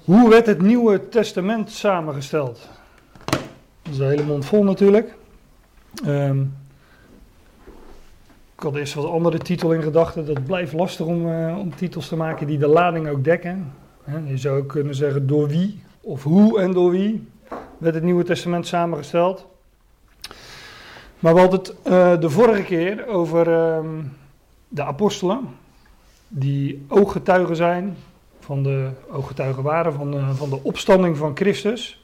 Hoe werd het Nieuwe Testament samengesteld? Dat is de hele mond vol natuurlijk. Ik had eerst wat andere titel in gedachten. Dat blijft lastig om titels te maken die de lading ook dekken. Je zou ook kunnen zeggen door wie of hoe en door wie werd het Nieuwe Testament samengesteld. Maar we hadden het de vorige keer over de apostelen, die ooggetuigen waren van de opstanding van Christus.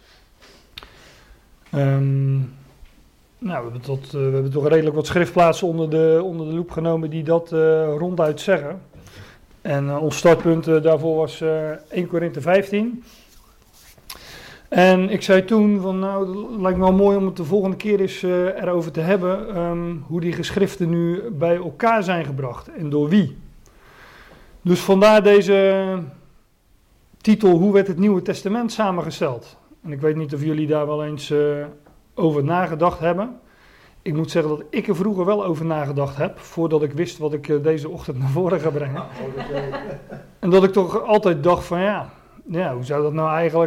We hebben toch redelijk wat schriftplaatsen onder de loep genomen die dat ronduit zeggen. En ons startpunt daarvoor was 1 Korinthe 15. En ik zei toen van het lijkt me wel mooi om het de volgende keer eens erover te hebben, hoe die geschriften nu bij elkaar zijn gebracht en door wie. Dus vandaar deze titel, hoe werd het Nieuwe Testament samengesteld? En ik weet niet of jullie daar wel eens over nagedacht hebben. Ik moet zeggen dat ik er vroeger wel over nagedacht heb, voordat ik wist wat ik deze ochtend naar voren ga brengen. En dat ik toch altijd dacht van hoe zou dat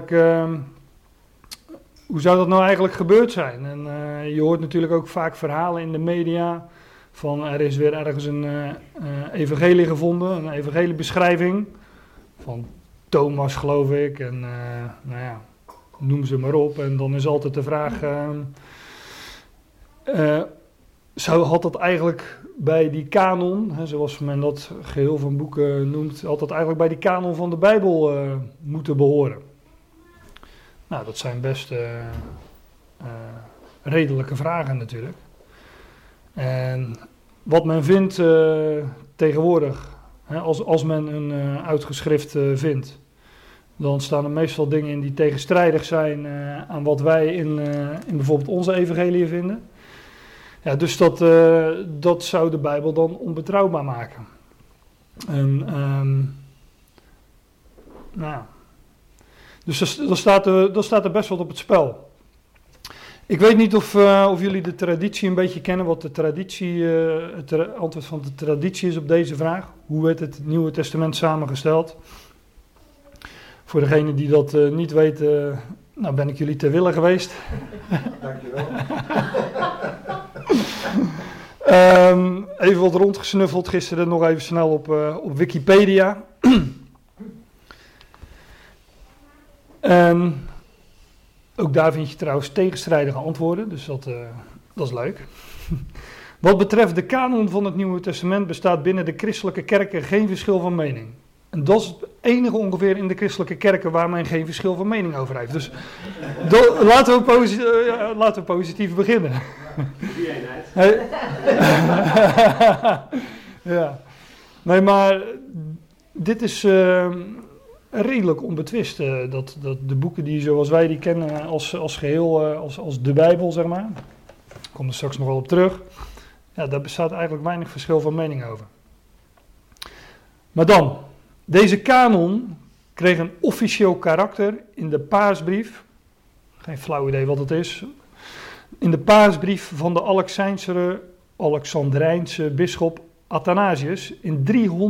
nou eigenlijk gebeurd zijn? En je hoort natuurlijk ook vaak verhalen in de media van er is weer ergens een evangelie gevonden, een evangeliebeschrijving van Thomas geloof ik en noem ze maar op. En dan is altijd de vraag, had dat eigenlijk bij die kanon, zoals men dat geheel van boeken noemt, had dat eigenlijk bij die kanon van de Bijbel moeten behoren? Nou, dat zijn best redelijke vragen natuurlijk. En wat men vindt tegenwoordig, als men een uitgeschrift vindt, dan staan er meestal dingen in die tegenstrijdig zijn aan wat wij in bijvoorbeeld onze evangelie vinden. Ja, dus dat zou de Bijbel dan onbetrouwbaar maken. Dus dan staat er best wat op het spel. Ik weet niet of jullie de traditie een beetje kennen, wat de traditie, het antwoord van de traditie is op deze vraag. Hoe werd het Nieuwe Testament samengesteld? Voor degenen die dat niet weten, ben ik jullie ter wille geweest. Dankjewel. Even wat rondgesnuffeld gisteren, nog even snel op Wikipedia. Ook daar vind je trouwens tegenstrijdige antwoorden, dus dat is leuk. Wat betreft de kanon van het Nieuwe Testament bestaat binnen de christelijke kerken geen verschil van mening. En dat is het enige ongeveer in de christelijke kerken waar men geen verschil van mening over heeft. Dus laten we positief beginnen. Die eenheid. Ja. Nee, maar dit is redelijk onbetwist. Dat de boeken die zoals wij die kennen als geheel, als de Bijbel, zeg maar. Ik kom er straks nog wel op terug. Ja, daar bestaat eigenlijk weinig verschil van mening over. Maar dan, deze kanon kreeg een officieel karakter in de paasbrief. Geen flauw idee wat het is. In de paasbrief van de Alexandrijnse bisschop Athanasius in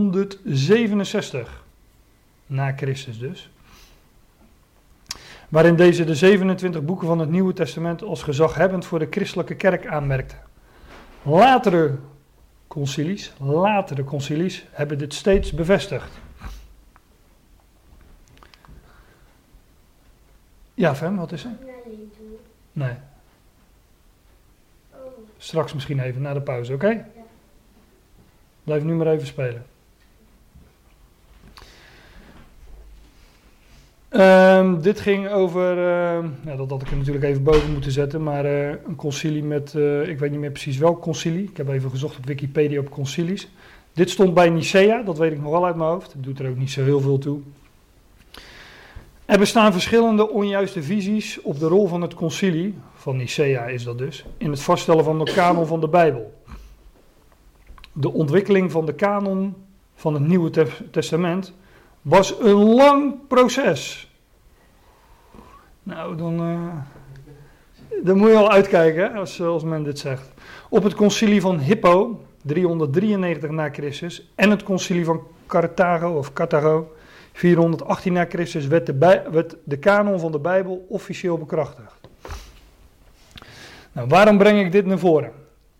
367 na Christus dus. Waarin deze de 27 boeken van het Nieuwe Testament als gezaghebbend voor de christelijke kerk aanmerkte. Latere concilies hebben dit steeds bevestigd. Ja, Fem, wat is er? Nee. Straks misschien even, na de pauze, oké? Ja. Blijf nu maar even spelen. Dit ging over, dat had ik er natuurlijk even boven moeten zetten, maar een concilie met, ik weet niet meer precies welk concilie. Ik heb even gezocht op Wikipedia op concilies. Dit stond bij Nicea, dat weet ik nog wel uit mijn hoofd. Dat doet er ook niet zo heel veel toe. Er bestaan verschillende onjuiste visies op de rol van het concilie, van Nicea is dat dus, in het vaststellen van de kanon van de Bijbel. De ontwikkeling van de kanon van het Nieuwe Testament was een lang proces. Nou, dan moet je al uitkijken als men dit zegt. Op het concilie van Hippo, 393 na Christus, en het concilie van Carthago, 418 na Christus werd de kanon van de Bijbel officieel bekrachtigd. Nou, waarom breng ik dit naar voren?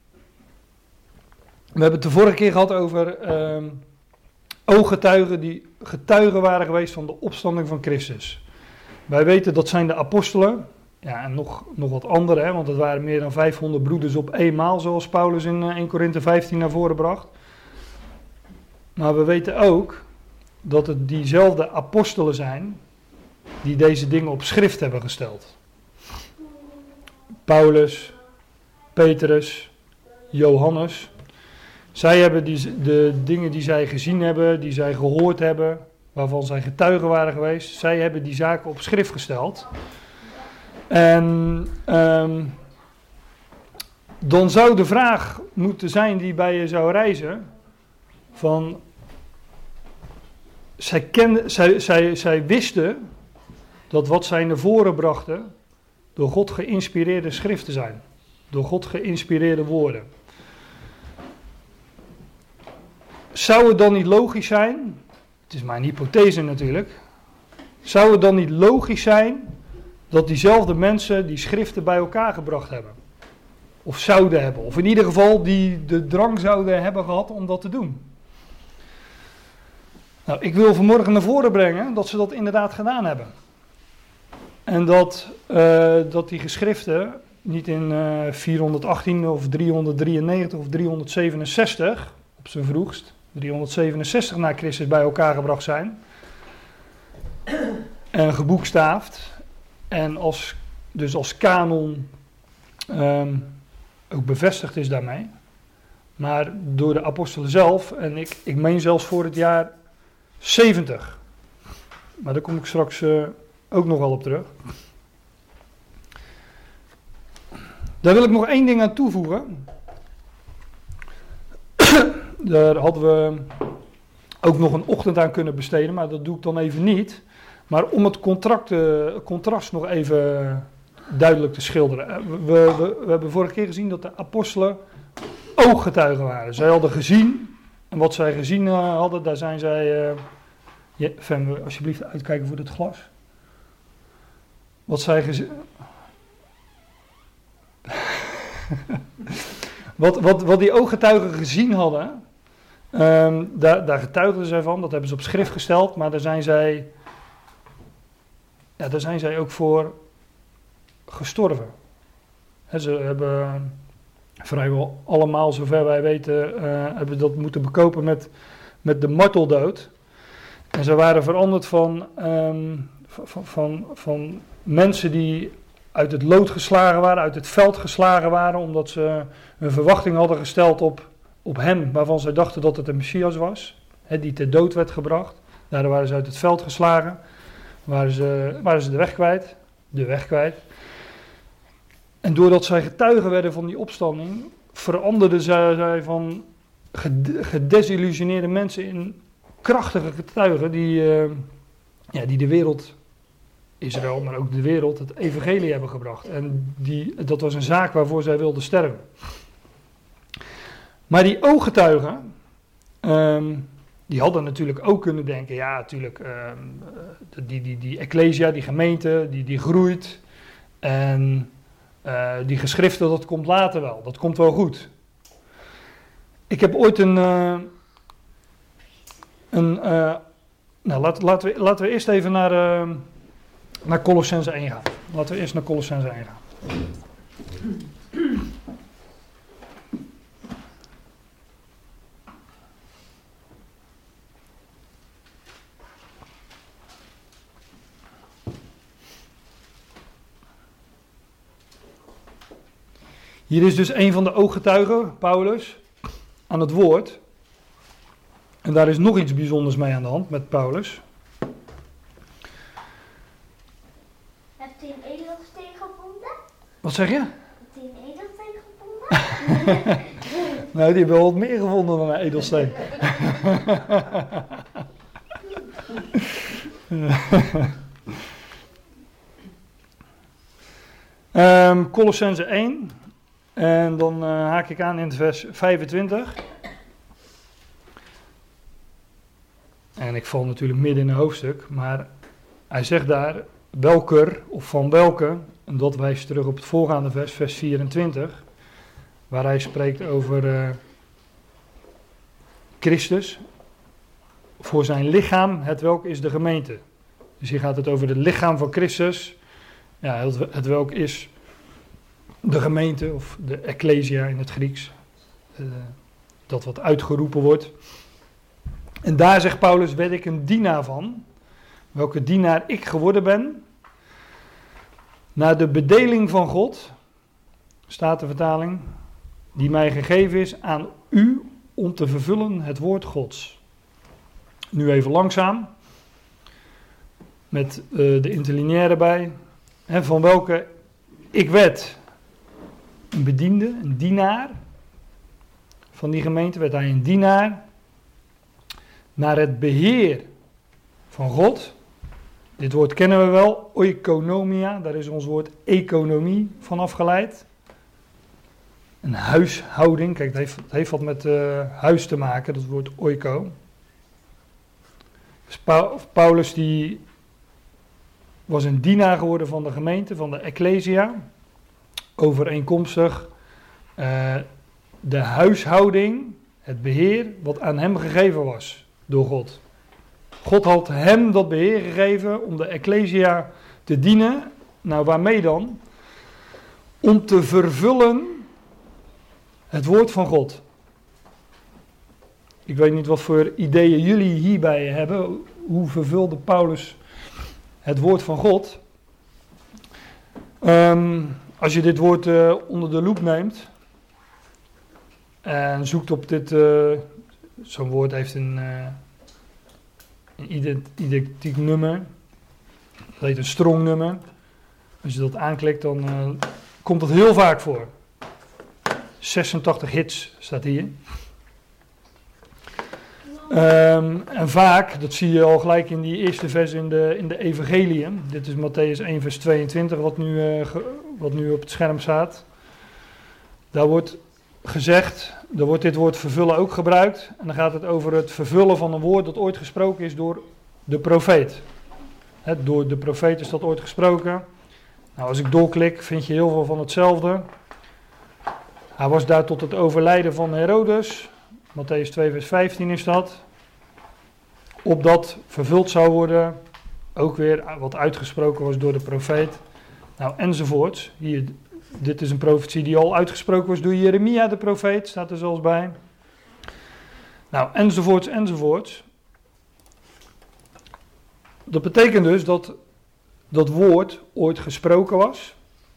We hebben het de vorige keer gehad over ooggetuigen die getuigen waren geweest van de opstanding van Christus. Wij weten dat zijn de apostelen, ja, en nog wat andere, hè, want het waren meer dan 500 broeders op eenmaal, zoals Paulus in 1 Korinthe 15 naar voren bracht. Maar we weten ook dat het diezelfde apostelen zijn die deze dingen op schrift hebben gesteld. Paulus, Petrus, Johannes. Zij hebben de dingen die zij gezien hebben, die zij gehoord hebben, waarvan zij getuigen waren geweest, zij hebben die zaken op schrift gesteld. En dan zou de vraag moeten zijn die bij je zou rijzen, van zij wisten dat wat zij naar voren brachten door God geïnspireerde schriften zijn, door God geïnspireerde woorden. Zou het dan niet logisch zijn, het is maar een hypothese natuurlijk, zou het dan niet logisch zijn dat diezelfde mensen die schriften bij elkaar gebracht hebben? Of zouden hebben, of in ieder geval die de drang zouden hebben gehad om dat te doen. Nou, ik wil vanmorgen naar voren brengen dat ze dat inderdaad gedaan hebben. En dat die geschriften niet in 418 of 393 of 367 op zijn vroegst, 367 na Christus bij elkaar gebracht zijn. En geboekstaafd. En als kanon ook bevestigd is daarmee. Maar door de apostelen zelf. En ik meen zelfs voor het jaar 70. Maar daar kom ik straks ook nog wel op terug. Daar wil ik nog één ding aan toevoegen. Daar hadden we ook nog een ochtend aan kunnen besteden, maar dat doe ik dan even niet. Maar om het contrast nog even duidelijk te schilderen. We hebben vorige keer gezien dat de apostelen ooggetuigen waren. Zij hadden gezien, en wat zij gezien hadden, daar zijn zij... Fem, alsjeblieft uitkijken voor dit glas. Wat zij gezien... wat die ooggetuigen gezien hadden, daar getuigden zij van, dat hebben ze op schrift gesteld, maar daar zijn zij ook voor gestorven. Ze hebben vrijwel allemaal, zover wij weten, hebben dat moeten bekopen met de marteldood. En ze waren veranderd van mensen die uit het lood geslagen waren, uit het veld geslagen waren, omdat ze een verwachting hadden gesteld op hem, waarvan zij dachten dat het de Messias was, die ter dood werd gebracht. Daardoor waren ze uit het veld geslagen, waren ze de weg kwijt. En doordat zij getuigen werden van die opstanding, veranderden zij van gedesillusioneerde mensen in krachtige getuigen die de wereld, Israël, maar ook de wereld, het evangelie hebben gebracht. En dat was een zaak waarvoor zij wilden sterven. Maar die ooggetuigen, die hadden natuurlijk ook kunnen denken, ja natuurlijk, die ecclesia, die gemeente, die groeit. En die geschriften, dat komt later wel, dat komt wel goed. Ik heb ooit laten we eerst even naar Colossenzen 1 gaan. Laten we eerst naar Colossenzen 1 gaan. Hier is dus een van de ooggetuigen, Paulus, aan het woord. En daar is nog iets bijzonders mee aan de hand met Paulus. Hebt u een edelsteen gevonden? Wat zeg je? Hebt u een edelsteen gevonden? Nou, die hebben wel wat meer gevonden dan een edelsteen. Colossenzen 1. En dan haak ik aan in het vers 25. En ik val natuurlijk midden in een hoofdstuk, maar hij zegt daar welker of van welke, en dat wijst terug op het voorgaande vers, vers 24, waar hij spreekt over Christus, voor zijn lichaam, het welk is de gemeente. Dus hier gaat het over het lichaam van Christus, ja, het welk is de gemeente, of de ecclesia in het Grieks, dat wat uitgeroepen wordt. En daar zegt Paulus, werd ik een dienaar van, welke dienaar ik geworden ben, naar de bedeling van God, staat de vertaling, die mij gegeven is aan u om te vervullen het woord Gods. Nu even langzaam, met de interlineaire bij, van welke ik werd een bediende, een dienaar van die gemeente, werd hij een dienaar naar het beheer van God. Dit woord kennen we wel, oikonomia, daar is ons woord economie van afgeleid. Een huishouding, kijk, het heeft wat met huis te maken, dat woord oiko. Dus Paulus die was een dienaar geworden van de gemeente, van de ecclesia, overeenkomstig de huishouding, het beheer, wat aan hem gegeven was door God. God had hem dat beheer gegeven om de ecclesia te dienen. Nou, waarmee dan? Om te vervullen het woord van God. Ik weet niet wat voor ideeën jullie hierbij hebben. Hoe vervulde Paulus het woord van God? Als je dit woord onder de loep neemt en zoekt op dit, zo'n woord heeft een identiek nummer, dat heet een strong nummer. Als je dat aanklikt, dan komt dat heel vaak voor. 86 hits staat hier. En vaak, dat zie je al gelijk in die eerste vers in de evangeliën. Dit is Mattheüs 1 vers 22 wat nu op het scherm staat. Daar wordt gezegd, daar wordt dit woord vervullen ook gebruikt. En dan gaat het over het vervullen van een woord dat ooit gesproken is door de profeet. Door de profeet is dat ooit gesproken. Nou, als ik doorklik vind je heel veel van hetzelfde. Hij was daar tot het overlijden van Herodes. Mattheüs 2 vers 15 is dat. Opdat vervuld zou worden, ook weer wat uitgesproken was door de profeet. Nou, enzovoorts. Hier, dit is een profetie die al uitgesproken was door Jeremia de profeet, staat er zelfs bij. Nou, enzovoorts, enzovoorts. Dat betekent dus dat dat woord ooit gesproken was.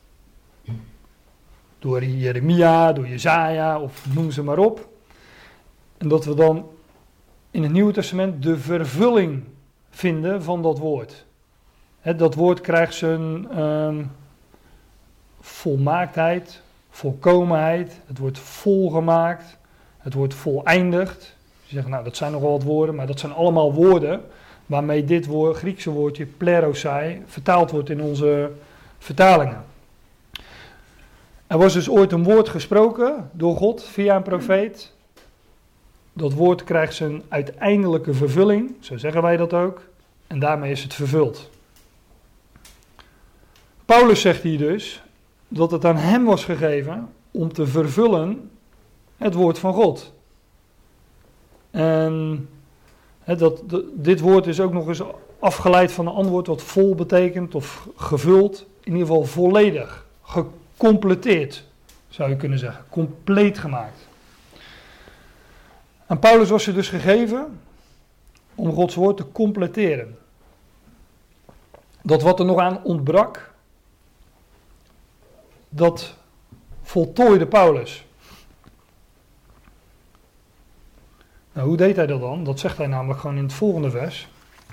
Door Jeremia, door Jesaja of noem ze maar op. En dat we dan in het Nieuwe Testament de vervulling vinden van dat woord. Dat woord krijgt zijn volmaaktheid, volkomenheid. Het wordt volgemaakt, het wordt voleindigd. Je zegt, nou dat zijn nogal wat woorden, maar dat zijn allemaal woorden waarmee dit Griekse woordje plerosai vertaald wordt in onze vertalingen. Er was dus ooit een woord gesproken door God via een profeet. Dat woord krijgt zijn uiteindelijke vervulling, zo zeggen wij dat ook. En daarmee is het vervuld. Paulus zegt hier dus dat het aan hem was gegeven om te vervullen het woord van God. En dit woord is ook nog eens afgeleid van een ander woord wat vol betekent of gevuld. In ieder geval volledig, gecompleteerd zou je kunnen zeggen, compleet gemaakt. En Paulus was er dus gegeven om Gods woord te completeren. Dat wat er nog aan ontbrak, dat voltooide Paulus. Nou, hoe deed hij dat dan? Dat zegt hij namelijk gewoon in het volgende vers.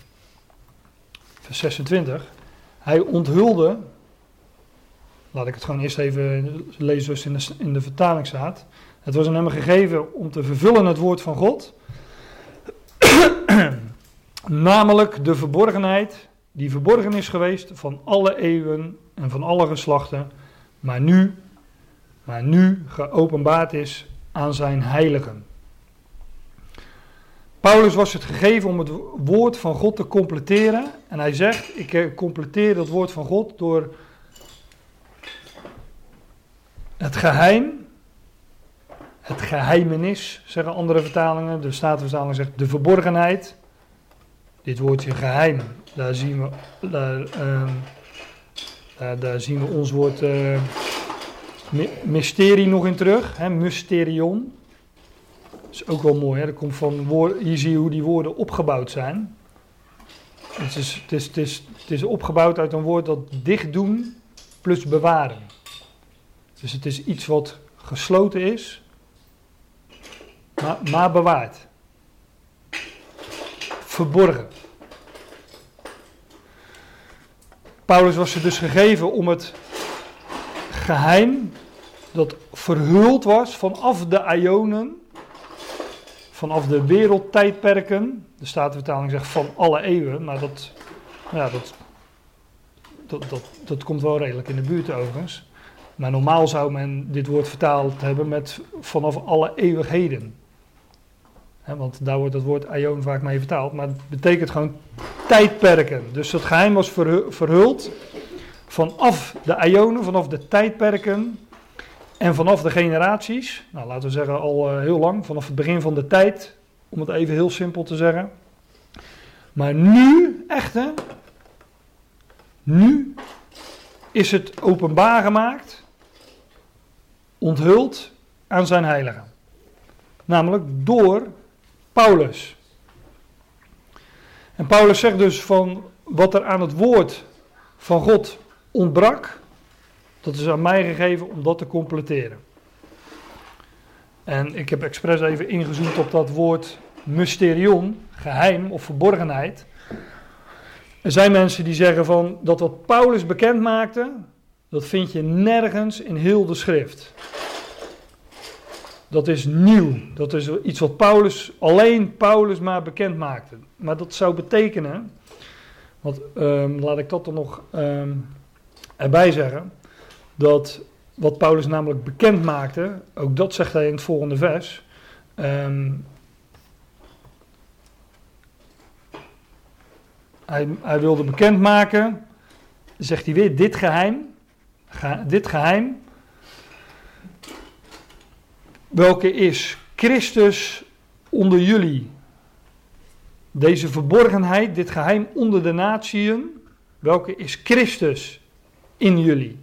Vers 26. Hij onthulde, laat ik het gewoon eerst even lezen zoals in de vertaling staat. Het was aan hem gegeven om te vervullen het woord van God. Namelijk de verborgenheid die verborgen is geweest van alle eeuwen en van alle geslachten. Maar nu geopenbaard is aan zijn heiligen. Paulus was het gegeven om het woord van God te completeren. En hij zegt, ik completeer dat woord van God door het geheim, het geheimenis, zeggen andere vertalingen. De Statenvertaling zegt de verborgenheid. Dit woordje geheim, daar zien we ons woord mysterie nog in terug. Hè, mysterion. Dat is ook wel mooi. Hè? Dat komt van hier zie je hoe die woorden opgebouwd zijn. Het is opgebouwd uit een woord dat dicht doen plus bewaren. Dus het is iets wat gesloten is, maar bewaard. Verborgen. Paulus was er dus gegeven om het geheim dat verhuld was vanaf de aionen, vanaf de wereldtijdperken. De Statenvertaling zegt van alle eeuwen, maar dat komt wel redelijk in de buurt overigens. Maar normaal zou men dit woord vertaald hebben met vanaf alle eeuwigheden. Want daar wordt het woord aion vaak mee vertaald, maar het betekent gewoon tijdperken. Dus dat geheim was verhuld vanaf de aionen, vanaf de tijdperken en vanaf de generaties. Nou, laten we zeggen al heel lang, vanaf het begin van de tijd, om het even heel simpel te zeggen. Maar nu, echt hè, nu is het openbaar gemaakt, onthuld aan zijn heiligen. Namelijk door Paulus. En Paulus zegt dus van wat er aan het woord van God ontbrak, dat is aan mij gegeven om dat te completeren. En ik heb expres even ingezoomd op dat woord mysterion, geheim of verborgenheid. Er zijn mensen die zeggen van dat wat Paulus bekend maakte, dat vind je nergens in heel de schrift. Dat is nieuw. Dat is iets wat alleen Paulus maar bekend maakte. Maar dat zou betekenen, want laat ik dat er nog erbij zeggen, dat wat Paulus namelijk bekend maakte, ook dat zegt hij in het volgende vers. Hij wilde bekendmaken, zegt hij weer, dit geheim, welke is Christus onder jullie. Deze verborgenheid, dit geheim onder de natieën, welke is Christus in jullie.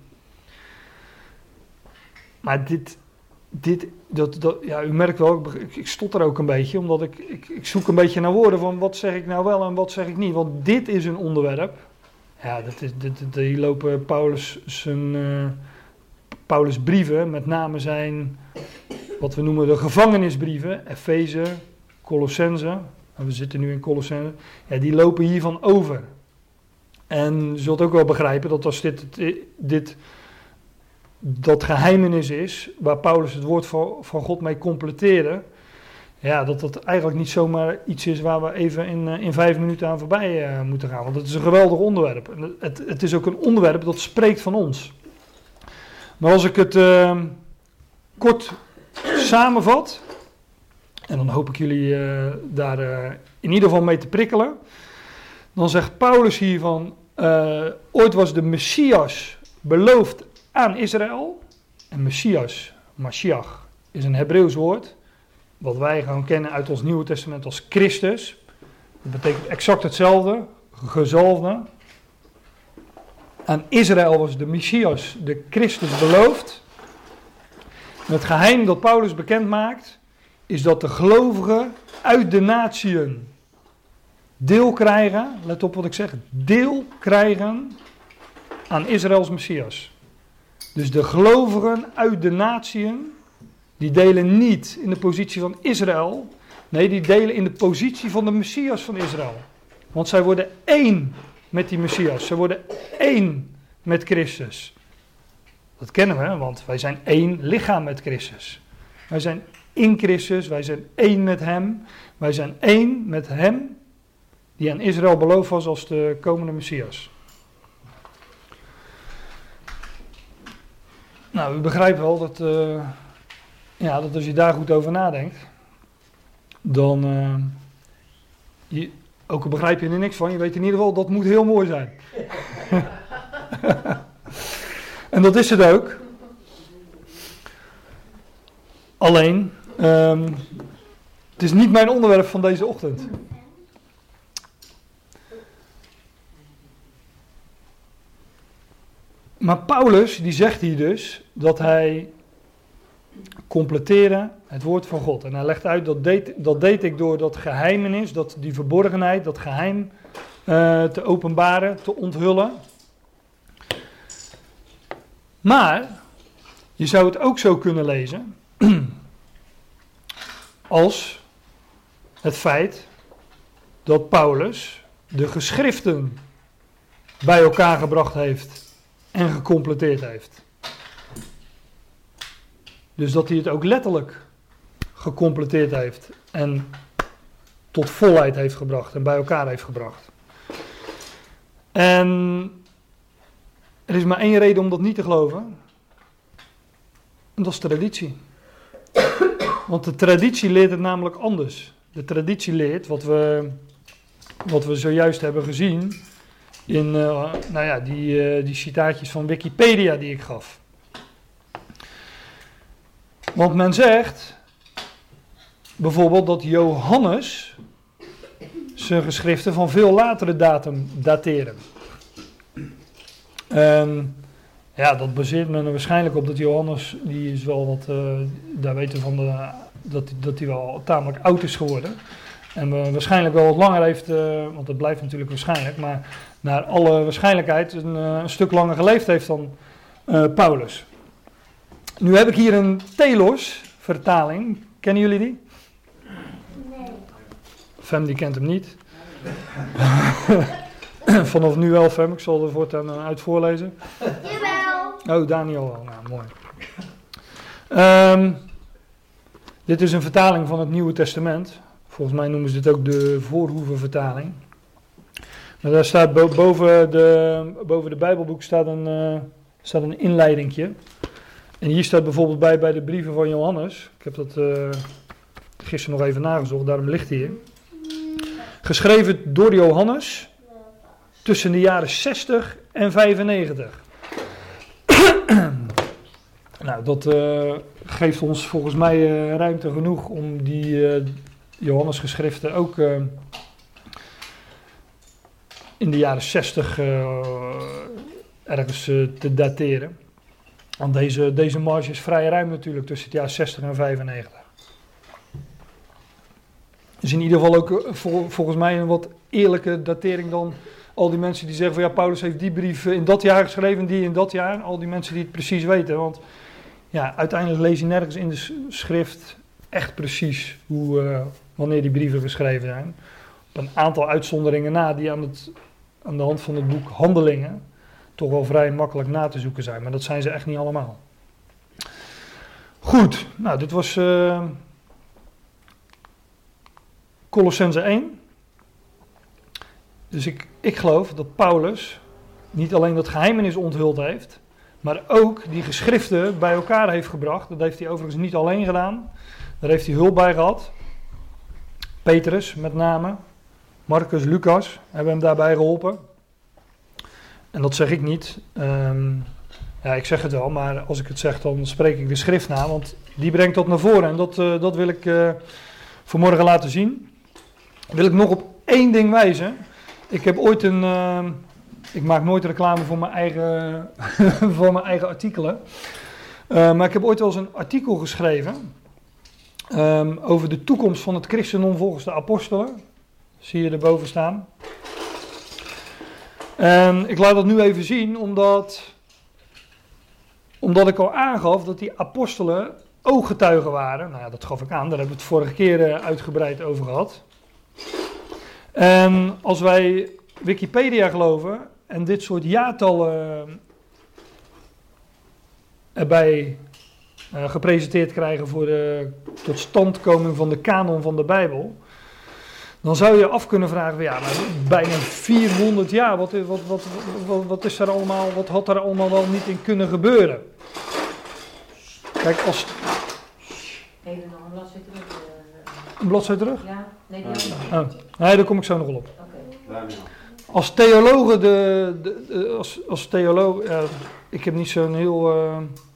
Maar ja, u merkt wel, ik stotter ook een beetje, omdat ik zoek een beetje naar woorden van wat zeg ik nou wel en wat zeg ik niet. Want dit is een onderwerp. Ja, hier lopen Paulus' brieven, met name zijn, wat we noemen de gevangenisbrieven, Efeze, Colossense, we zitten nu in Colossense, ja, die lopen hiervan over. En je zult ook wel begrijpen dat als dat geheimenis is, waar Paulus het woord van God mee completeerde, ja, dat eigenlijk niet zomaar iets is waar we even in 5 minuten aan voorbij moeten gaan. Want het is een geweldig onderwerp. Het is ook een onderwerp dat spreekt van ons. Maar als ik het kort samenvat, en dan hoop ik jullie daar in ieder geval mee te prikkelen, dan zegt Paulus hiervan, ooit was de Messias beloofd aan Israël. En Messias, Mashiach, is een Hebreeuws woord, wat wij gewoon kennen uit ons Nieuwe Testament als Christus. Dat betekent exact hetzelfde, gezalfde. Aan Israël was de Messias, de Christus, beloofd. En het geheim dat Paulus bekend maakt, is dat de gelovigen uit de natieën deel krijgen, let op wat ik zeg, deel krijgen aan Israëls Messias. Dus de gelovigen uit de natieën, die delen niet in de positie van Israël, nee, die delen in de positie van de Messias van Israël. Want zij worden één met die Messias, zij worden één met Christus. Dat kennen we, want wij zijn één lichaam met Christus. Wij zijn in Christus, wij zijn één met hem. Wij zijn één met hem die aan Israël beloofd was als de komende Messias. Nou, u begrijpt wel dat als je daar goed over nadenkt, dan ook al begrijp je er niks van, je weet in ieder geval, dat moet heel mooi zijn. En dat is het ook. Alleen, het is niet mijn onderwerp van deze ochtend. Maar Paulus, die zegt hier dus dat hij completeren het woord van God. En hij legt uit, dat deed ik door dat geheimenis, die verborgenheid, dat geheim te openbaren, te onthullen. Maar, je zou het ook zo kunnen lezen, als het feit dat Paulus de geschriften bij elkaar gebracht heeft en gecompleteerd heeft. Dus dat hij het ook letterlijk gecompleteerd heeft en tot volheid heeft gebracht en bij elkaar heeft gebracht. En er is maar één reden om dat niet te geloven. En dat is traditie. Want de traditie leert het namelijk anders. De traditie leert wat we zojuist hebben gezien in die citaatjes van Wikipedia die ik gaf. Want men zegt bijvoorbeeld dat Johannes zijn geschriften van veel latere datum dateren. Dat baseert men er waarschijnlijk op dat Johannes, die is wel wat, daar weten we van dat hij wel tamelijk oud is geworden. En waarschijnlijk wel wat langer heeft, want dat blijft natuurlijk waarschijnlijk, maar naar alle waarschijnlijkheid een stuk langer geleefd heeft dan Paulus. Nu heb ik hier een Telos vertaling. Kennen jullie die? Nee. Fem die kent hem niet. Vanaf nu wel, Fem. Ik zal er voortaan uit voorlezen. Jawel. Oh, Daniel wel. Nou, mooi. Dit is een vertaling van het Nieuwe Testament. Volgens mij noemen ze dit ook de Voorhoevenvertaling. Maar daar staat boven de Bijbelboek staat een inleidingje. En hier staat bijvoorbeeld bij de brieven van Johannes. Ik heb dat gisteren nog even nagezocht, daarom ligt hij hier. Geschreven door Johannes tussen de jaren 60 en 95. Nou, dat geeft ons volgens mij ruimte genoeg om die Johannes geschriften ook in de jaren 60 ergens te dateren. Want deze marge is vrij ruim natuurlijk tussen het jaar 60 en 95. Dus in ieder geval ook volgens mij een wat eerlijke datering dan al die mensen die zeggen van ja, Paulus heeft die brief in dat jaar geschreven, die in dat jaar. Al die mensen die het precies weten. Want ja, uiteindelijk lees je nergens in de schrift echt precies wanneer die brieven geschreven zijn. Op een aantal uitzonderingen na die aan de hand van het boek Handelingen toch wel vrij makkelijk na te zoeken zijn. Maar dat zijn ze echt niet allemaal. Goed, nou dit was Colossenzen 1. Dus ik geloof dat Paulus niet alleen dat geheimenis onthuld heeft, maar ook die geschriften bij elkaar heeft gebracht. Dat heeft hij overigens niet alleen gedaan. Daar heeft hij hulp bij gehad. Petrus met name, Marcus, Lucas hebben hem daarbij geholpen. En dat zeg ik niet. Ik zeg het wel, maar als ik het zeg dan spreek ik de schrift na, want die brengt dat naar voren. En dat wil ik vanmorgen laten zien. Wil ik nog op één ding wijzen. Ik heb ooit ik maak nooit reclame voor mijn eigen artikelen. Maar ik heb ooit wel eens een artikel geschreven over de toekomst van het christendom volgens de apostelen. Zie je erboven staan. En ik laat dat nu even zien, omdat ik al aangaf dat die apostelen ooggetuigen waren. Nou ja, dat gaf ik aan, daar hebben we het vorige keer uitgebreid over gehad. En als wij Wikipedia geloven en dit soort jaartallen erbij gepresenteerd krijgen voor de totstandkoming van de kanon van de Bijbel, dan zou je af kunnen vragen, ja, maar bijna 400 jaar, wat is er allemaal, wat had er allemaal wel niet in kunnen gebeuren? Kijk, Een bladzijde terug? Ja, nee, die had ik. Oh. Nee, daar kom ik zo nog wel op. Oké. Als theologen, als theoloog, ik heb niet zo'n heel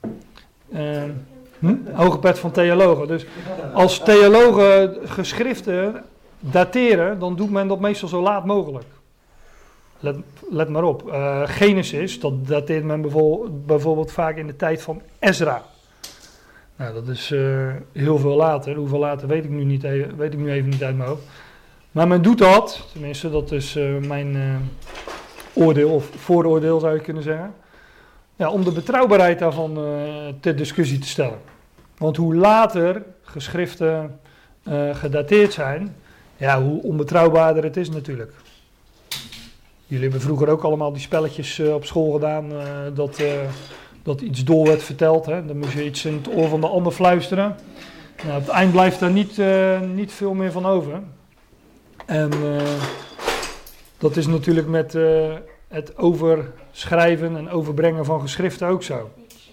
hoge pet van theologen. Dus als theologen geschriften dateren, dan doet men dat meestal zo laat mogelijk. Let maar op. Genesis, dat dateert men bijvoorbeeld vaak in de tijd van Ezra. Nou, dat is heel veel later. Hoeveel later weet ik nu even niet uit mijn hoofd. Maar men doet dat, tenminste dat is mijn oordeel of vooroordeel zou je kunnen zeggen. Ja, om de betrouwbaarheid daarvan ter discussie te stellen. Want hoe later geschriften gedateerd zijn, ja, hoe onbetrouwbaarder het is natuurlijk. Jullie hebben vroeger ook allemaal die spelletjes op school gedaan dat iets dol werd verteld. Hè? Dan moest je iets in het oor van de ander fluisteren. Nou, op het eind blijft daar niet veel meer van over. En dat is natuurlijk met het overschrijven en overbrengen van geschriften ook zo.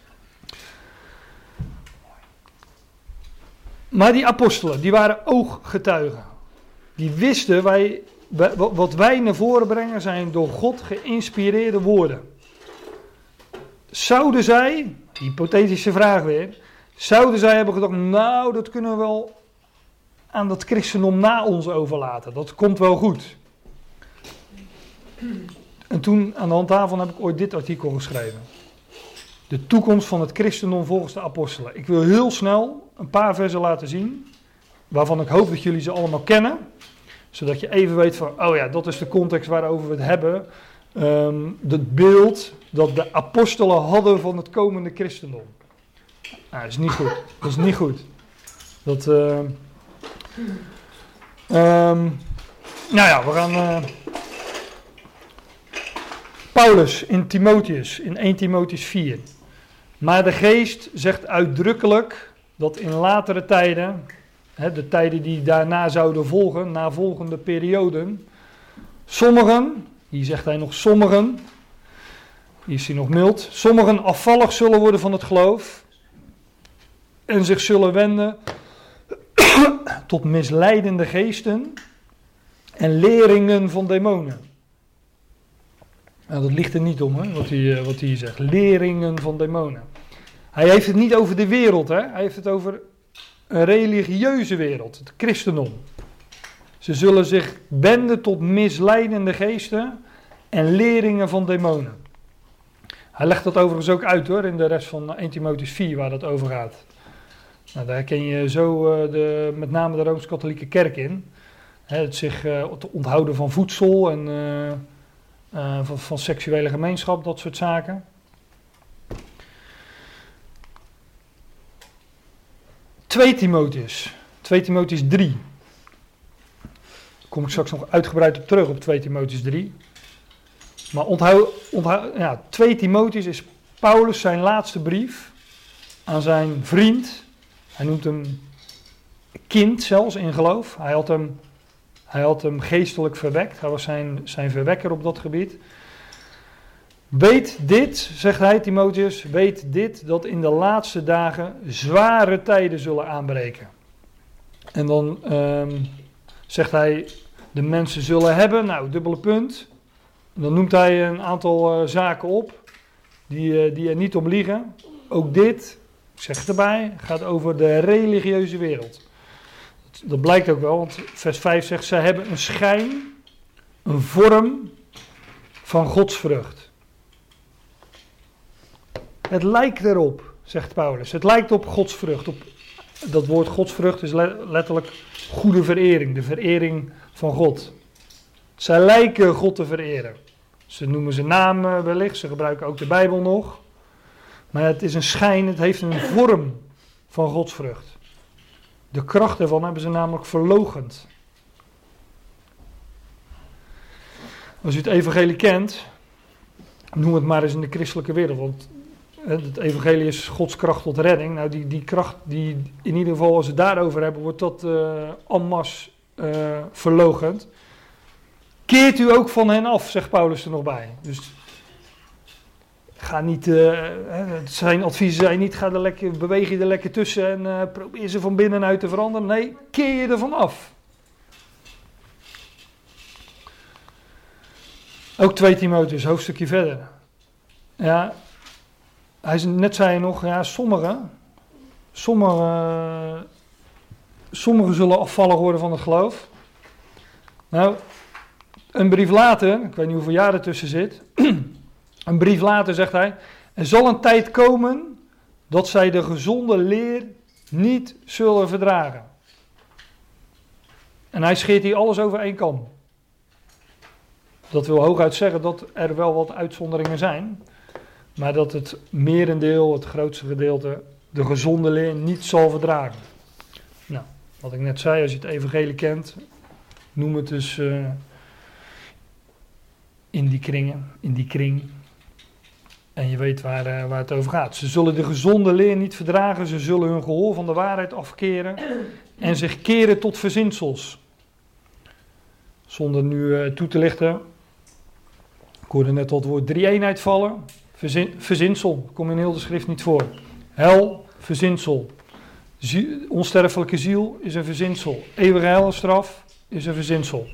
Maar die apostelen, die waren ooggetuigen. Die wisten, wat wij naar voren brengen zijn door God geïnspireerde woorden. Zouden zij, hypothetische vraag weer, zouden zij hebben gedacht, nou dat kunnen we wel aan dat christendom na ons overlaten. Dat komt wel goed. En toen aan de hand daarvan heb ik ooit dit artikel geschreven. De toekomst van het christendom volgens de apostelen. Ik wil heel snel een paar versen laten zien, waarvan ik hoop dat jullie ze allemaal kennen. Zodat je even weet van, oh ja, dat is de context waarover we het hebben. Het beeld dat de apostelen hadden van het komende christendom. Nou, dat is niet goed. Dat is niet goed. Nou ja, we gaan... Paulus in Timotheus, in 1 Timotheus 4. Maar de geest zegt uitdrukkelijk dat in latere tijden, de tijden die daarna zouden volgen, na volgende perioden, sommigen, hier zegt hij nog sommigen, hier is hij nog mild, sommigen afvallig zullen worden van het geloof en zich zullen wenden tot misleidende geesten en leringen van demonen. Nou, dat ligt er niet om, hè, wat hij hier zegt. Leringen van demonen. Hij heeft het niet over de wereld, hè? Hij heeft het over een religieuze wereld, het christendom. Ze zullen zich wenden tot misleidende geesten en leringen van demonen. Hij legt dat overigens ook uit hoor, in de rest van 1 Timotheus 4 waar dat over gaat. Nou, daar herken je zo met name de Rooms-Katholieke Kerk in. Het onthouden van voedsel en van seksuele gemeenschap, dat soort zaken. Twee Timotheus 3. Daar kom ik straks nog uitgebreid op terug op 2 Timotheus 3. Maar onthoud, 2 Timotheus is Paulus zijn laatste brief aan zijn vriend. Hij noemt hem kind zelfs in geloof. Hij had hem geestelijk verwekt. Hij was zijn verwekker op dat gebied. Weet dit, zegt hij Timotheus, weet dit, dat in de laatste dagen zware tijden zullen aanbreken. En dan zegt hij, de mensen zullen hebben, nou dubbele punt. En dan noemt hij een aantal zaken op, die er niet om liegen. Ook dit, ik zeg het erbij, gaat over de religieuze wereld. Dat blijkt ook wel, want vers 5 zegt, zij hebben een schijn, een vorm van godsvrucht. Het lijkt erop, zegt Paulus. Het lijkt op godsvrucht. Dat woord godsvrucht is letterlijk goede verering, de verering van God. Zij lijken God te vereren. Ze noemen zijn naam wellicht, ze gebruiken ook de Bijbel nog. Maar het is een schijn, het heeft een vorm van godsvrucht. De kracht ervan hebben ze namelijk verloochend. Als u het evangelie kent, noem het maar eens in de christelijke wereld, want het evangelie is Gods kracht tot redding. Nou, die kracht, die in ieder geval als we het daarover hebben, wordt dat en masse verloochend. Keert u ook van hen af, zegt Paulus er nog bij. Dus ga niet, zijn adviezen zijn niet, beweeg je er lekker tussen en probeer ze van binnenuit te veranderen. Nee, keer je ervan af. Ook 2 Timotheus, hoofdstukje verder. Ja, net zei hij nog, ja, sommigen zullen afvallig worden van het geloof. Nou, een brief later, ik weet niet hoeveel jaar er tussen zit, een brief later zegt hij, er zal een tijd komen dat zij de gezonde leer niet zullen verdragen. En hij scheert hier alles over één kam. Dat wil hooguit zeggen dat er wel wat uitzonderingen zijn, maar dat het merendeel, het grootste gedeelte, de gezonde leer niet zal verdragen. Nou, wat ik net zei, als je het evangelie kent, noem het dus in die kring. En je weet waar het over gaat. Ze zullen de gezonde leer niet verdragen, ze zullen hun gehoor van de waarheid afkeren en zich keren tot verzinsels. Zonder nu toe te lichten, ik hoorde net al het woord drie-eenheid vallen. Verzinsel, komt in heel de schrift niet voor. Hel, verzinsel. Onsterfelijke ziel is een verzinsel. Eeuwige helstraf is een verzinsel.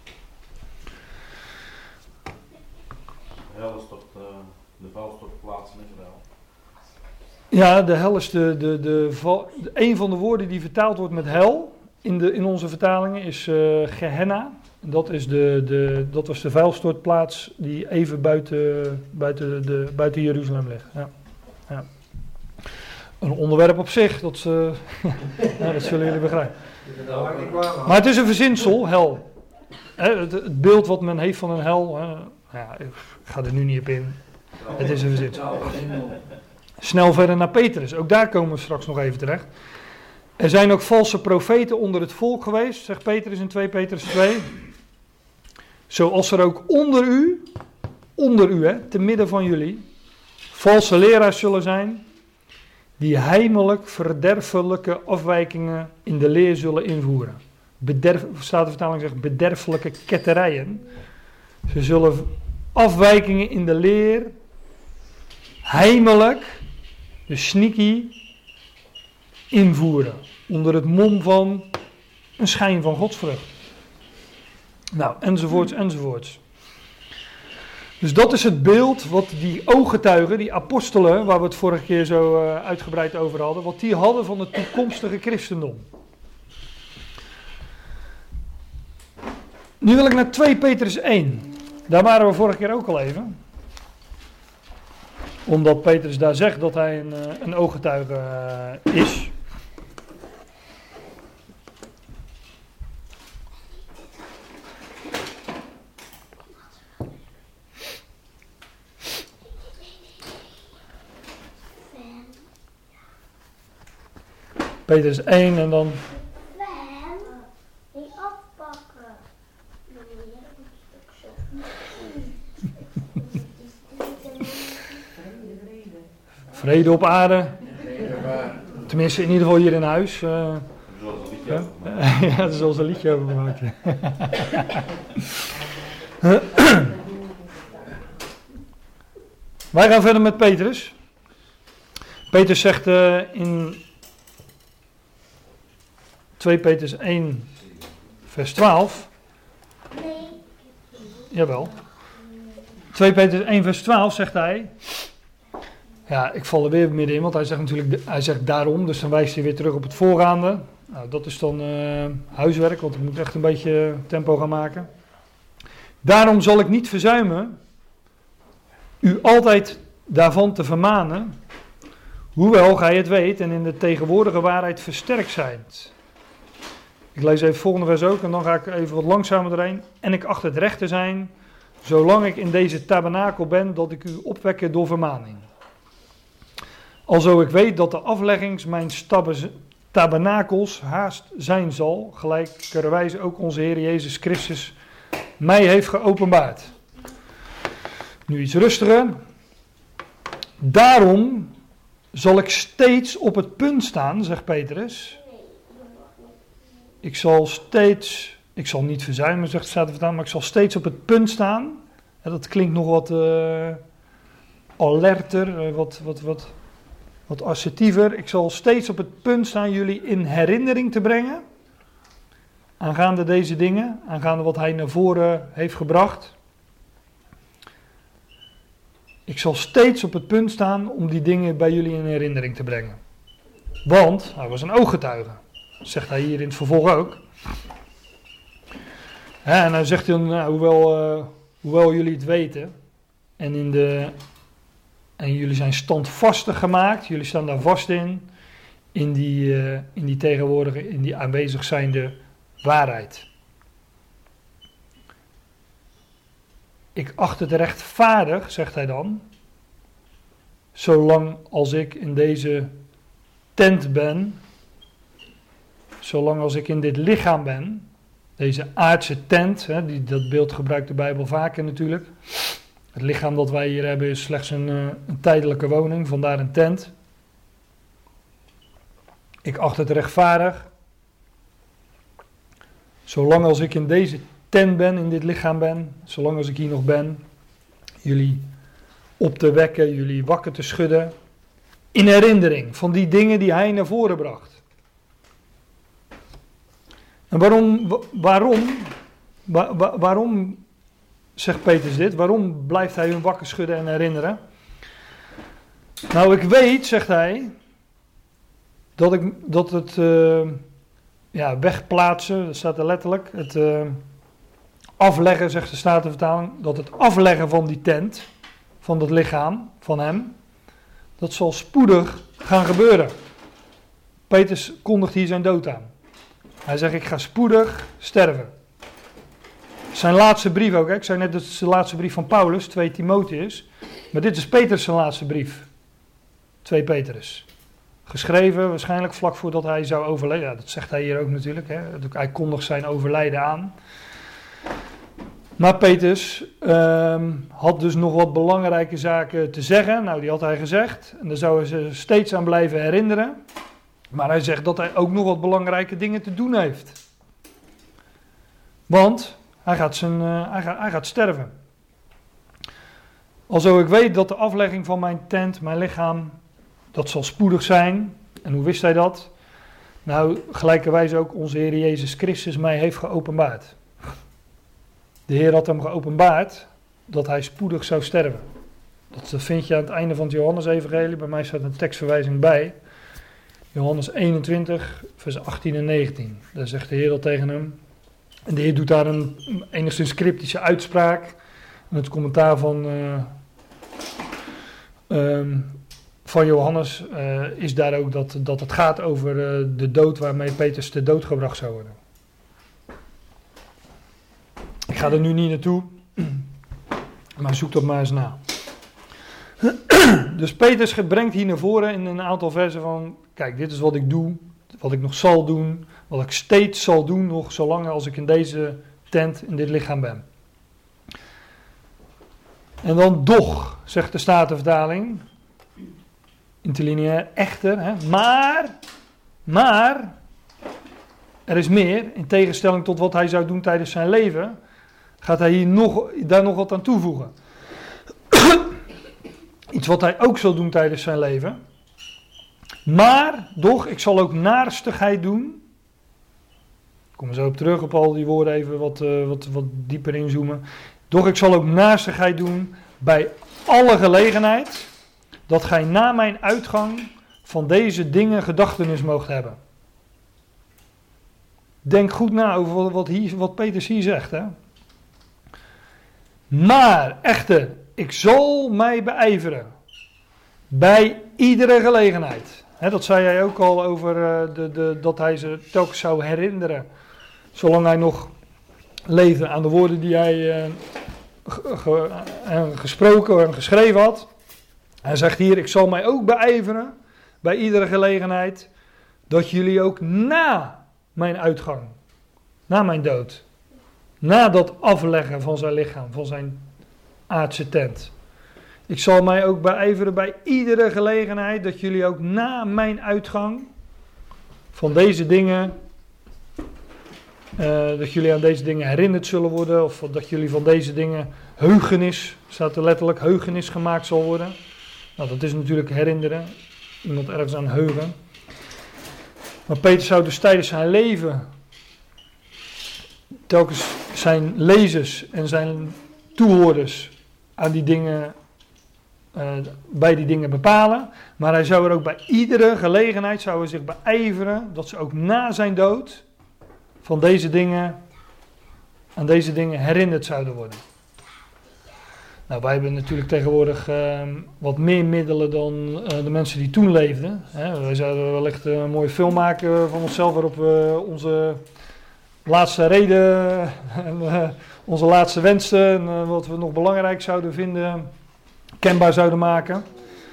Hel is toch de vuilstortplaats in Israël? Ja, de hel is een van de woorden die vertaald wordt met hel in onze vertalingen is Gehenna. Dat was de vuilstortplaats die even buiten Jeruzalem ligt. Ja. Ja. Een onderwerp op zich, dat zullen jullie begrijpen. Maar het is een verzinsel, hel. Het beeld wat men heeft van een hel, ik ga er nu niet op in. Het is een verzinsel. Snel verder naar Petrus, ook daar komen we straks nog even terecht. Er zijn ook valse profeten onder het volk geweest, zegt Petrus in 2 Petrus 2. Zoals er ook onder u, te midden van jullie, valse leraars zullen zijn, die heimelijk verderfelijke afwijkingen in de leer zullen invoeren. Staat de vertaling zegt bederfelijke ketterijen. Ze zullen afwijkingen in de leer heimelijk, dus sneaky, invoeren. Onder het mom van een schijn van godsvrucht. Nou, enzovoorts. Dus dat is het beeld wat die ooggetuigen, die apostelen, waar we het vorige keer zo uitgebreid over hadden, wat die hadden van het toekomstige christendom. Nu wil ik naar 2 Petrus 1. Daar waren we vorige keer ook al even. Omdat Petrus daar zegt dat hij een ooggetuige is. Petrus 1 en dan... Niet afpakken. Vrede op aarde. Tenminste, in ieder geval hier in huis. Zoals een liedje over gemaakt. Ja, er is zelfs een liedje over gemaakt. Wij gaan verder met Petrus. Petrus zegt in 2 Petrus 1 vers 12. Nee. Jawel. 2 Petrus 1 vers 12 zegt hij. Ja, ik val er weer middenin, want hij zegt daarom, dus dan wijst hij weer terug op het voorgaande. Nou, dat is dan huiswerk, want ik moet echt een beetje tempo gaan maken. Daarom zal ik niet verzuimen u altijd daarvan te vermanen, hoewel gij het weet en in de tegenwoordige waarheid versterkt zijt. Ik lees even het volgende vers ook en dan ga ik even wat langzamer erheen. En ik acht het recht te zijn, zolang ik in deze tabernakel ben, dat ik u opwekke door vermaning. Alzo ik weet dat de afleggings mijn tabernakels haast zijn zal, gelijkerwijs ook onze Heer Jezus Christus mij heeft geopenbaard. Nu iets rustiger. Daarom zal ik steeds op het punt staan, zegt Petrus. Ik zal niet verzuimen, zegt de vertaling, maar ik zal steeds op het punt staan. En dat klinkt nog wat alerter, wat assertiever. Ik zal steeds op het punt staan jullie in herinnering te brengen. Aangaande deze dingen, aangaande wat hij naar voren heeft gebracht. Ik zal steeds op het punt staan om die dingen bij jullie in herinnering te brengen. Want hij was een ooggetuige. Zegt hij hier in het vervolg ook. En dan zegt hij, nou, hoewel jullie het weten. En jullie zijn standvastig gemaakt. Jullie staan daar vast in. In die tegenwoordige, in die aanwezig zijnde waarheid. Ik acht het rechtvaardig, zegt hij dan. Zolang als ik in deze tent ben. Zolang als ik in dit lichaam ben. Deze aardse tent, dat beeld gebruikt de Bijbel vaker natuurlijk. Het lichaam dat wij hier hebben is slechts een tijdelijke woning, vandaar een tent. Ik acht het rechtvaardig. Zolang als ik in deze tent ben, in dit lichaam ben, zolang als ik hier nog ben, jullie op te wekken, jullie wakker te schudden, in herinnering van die dingen die hij naar voren bracht. En waarom zegt Petrus dit? Waarom blijft hij hun wakker schudden en herinneren? Nou, ik weet, zegt hij, dat het wegplaatsen, dat staat er letterlijk, het afleggen, zegt de Statenvertaling, dat het afleggen van die tent, van dat lichaam, van hem, dat zal spoedig gaan gebeuren. Petrus kondigt hier zijn dood aan. Hij zegt, ik ga spoedig sterven. Zijn laatste brief ook, hè? Ik zei net, dat is de laatste brief van Paulus, 2 Timotheus. Maar dit is Petrus zijn laatste brief. 2 Petrus. Geschreven waarschijnlijk vlak voordat hij zou overlijden. Ja, dat zegt hij hier ook natuurlijk. Hè? Hij kondigt zijn overlijden aan. Maar Petrus had dus nog wat belangrijke zaken te zeggen. Nou, die had hij gezegd. En daar zouden ze steeds aan blijven herinneren. Maar hij zegt dat hij ook nog wat belangrijke dingen te doen heeft. Want hij gaat sterven. Alzo ik weet dat de aflegging van mijn tent, mijn lichaam, dat zal spoedig zijn. En hoe wist hij dat? Nou, gelijkerwijs ook onze Heer Jezus Christus mij heeft geopenbaard. De Heer had hem geopenbaard dat hij spoedig zou sterven. Dat vind je aan het einde van het Johannes-evangelie. Bij mij staat een tekstverwijzing bij. Johannes 21, vers 18 en 19. Daar zegt de Heer dat tegen hem. En de Heer doet daar een enigszins cryptische uitspraak. En het commentaar van Johannes is daar ook dat het gaat over de dood waarmee Petrus te dood gebracht zou worden. Ik ga er nu niet naartoe, maar zoek dat maar eens na. Dus Petrus brengt hier naar voren in een aantal versen van, kijk, dit is wat ik doe, wat ik nog zal doen, wat ik steeds zal doen, nog zolang als ik in deze tent, in dit lichaam ben. En dan doch, zegt de Statenvertaling, interlineair, echter, hè, maar, er is meer, in tegenstelling tot wat hij zou doen tijdens zijn leven, gaat hij hier daar nog wat aan toevoegen. Iets wat hij ook zal doen tijdens zijn leven. Maar, doch, ik zal ook naarstigheid doen. Ik kom er zo op terug, op al die woorden even wat dieper inzoomen. Doch ik zal ook naarstigheid doen bij alle gelegenheid, dat gij na mijn uitgang van deze dingen gedachtenis moogt hebben. Denk goed na over wat Petrus hier zegt. Hè? Maar, echter, ik zal mij beijveren bij iedere gelegenheid. Hè, dat zei hij ook al over dat hij ze telkens zou herinneren, zolang hij nog leefde, aan de woorden die hij gesproken en geschreven had. Hij zegt hier, ik zal mij ook beijveren bij iedere gelegenheid, dat jullie ook na mijn uitgang, na mijn dood, na dat afleggen van zijn lichaam, van zijn aardse tent. Ik zal mij ook beijveren bij iedere gelegenheid, dat jullie ook na mijn uitgang van deze dingen, dat jullie aan deze dingen herinnerd zullen worden, of dat jullie van deze dingen heugenis, staat er letterlijk, heugenis gemaakt zal worden. Nou, dat is natuurlijk herinneren, iemand ergens aan heugen. Maar Petrus zou dus tijdens zijn leven telkens zijn lezers en zijn toehoorders aan die dingen, bij die dingen bepalen. Maar hij zou er ook bij iedere gelegenheid zou hij zich beijveren dat ze ook na zijn dood van deze dingen, aan deze dingen herinnerd zouden worden. Nou, wij hebben natuurlijk tegenwoordig wat meer middelen dan de mensen die toen leefden. Wij zouden wellicht een mooie film maken van onszelf waarop we onze laatste reden en onze laatste wensen en wat we nog belangrijk zouden vinden, kenbaar zouden maken.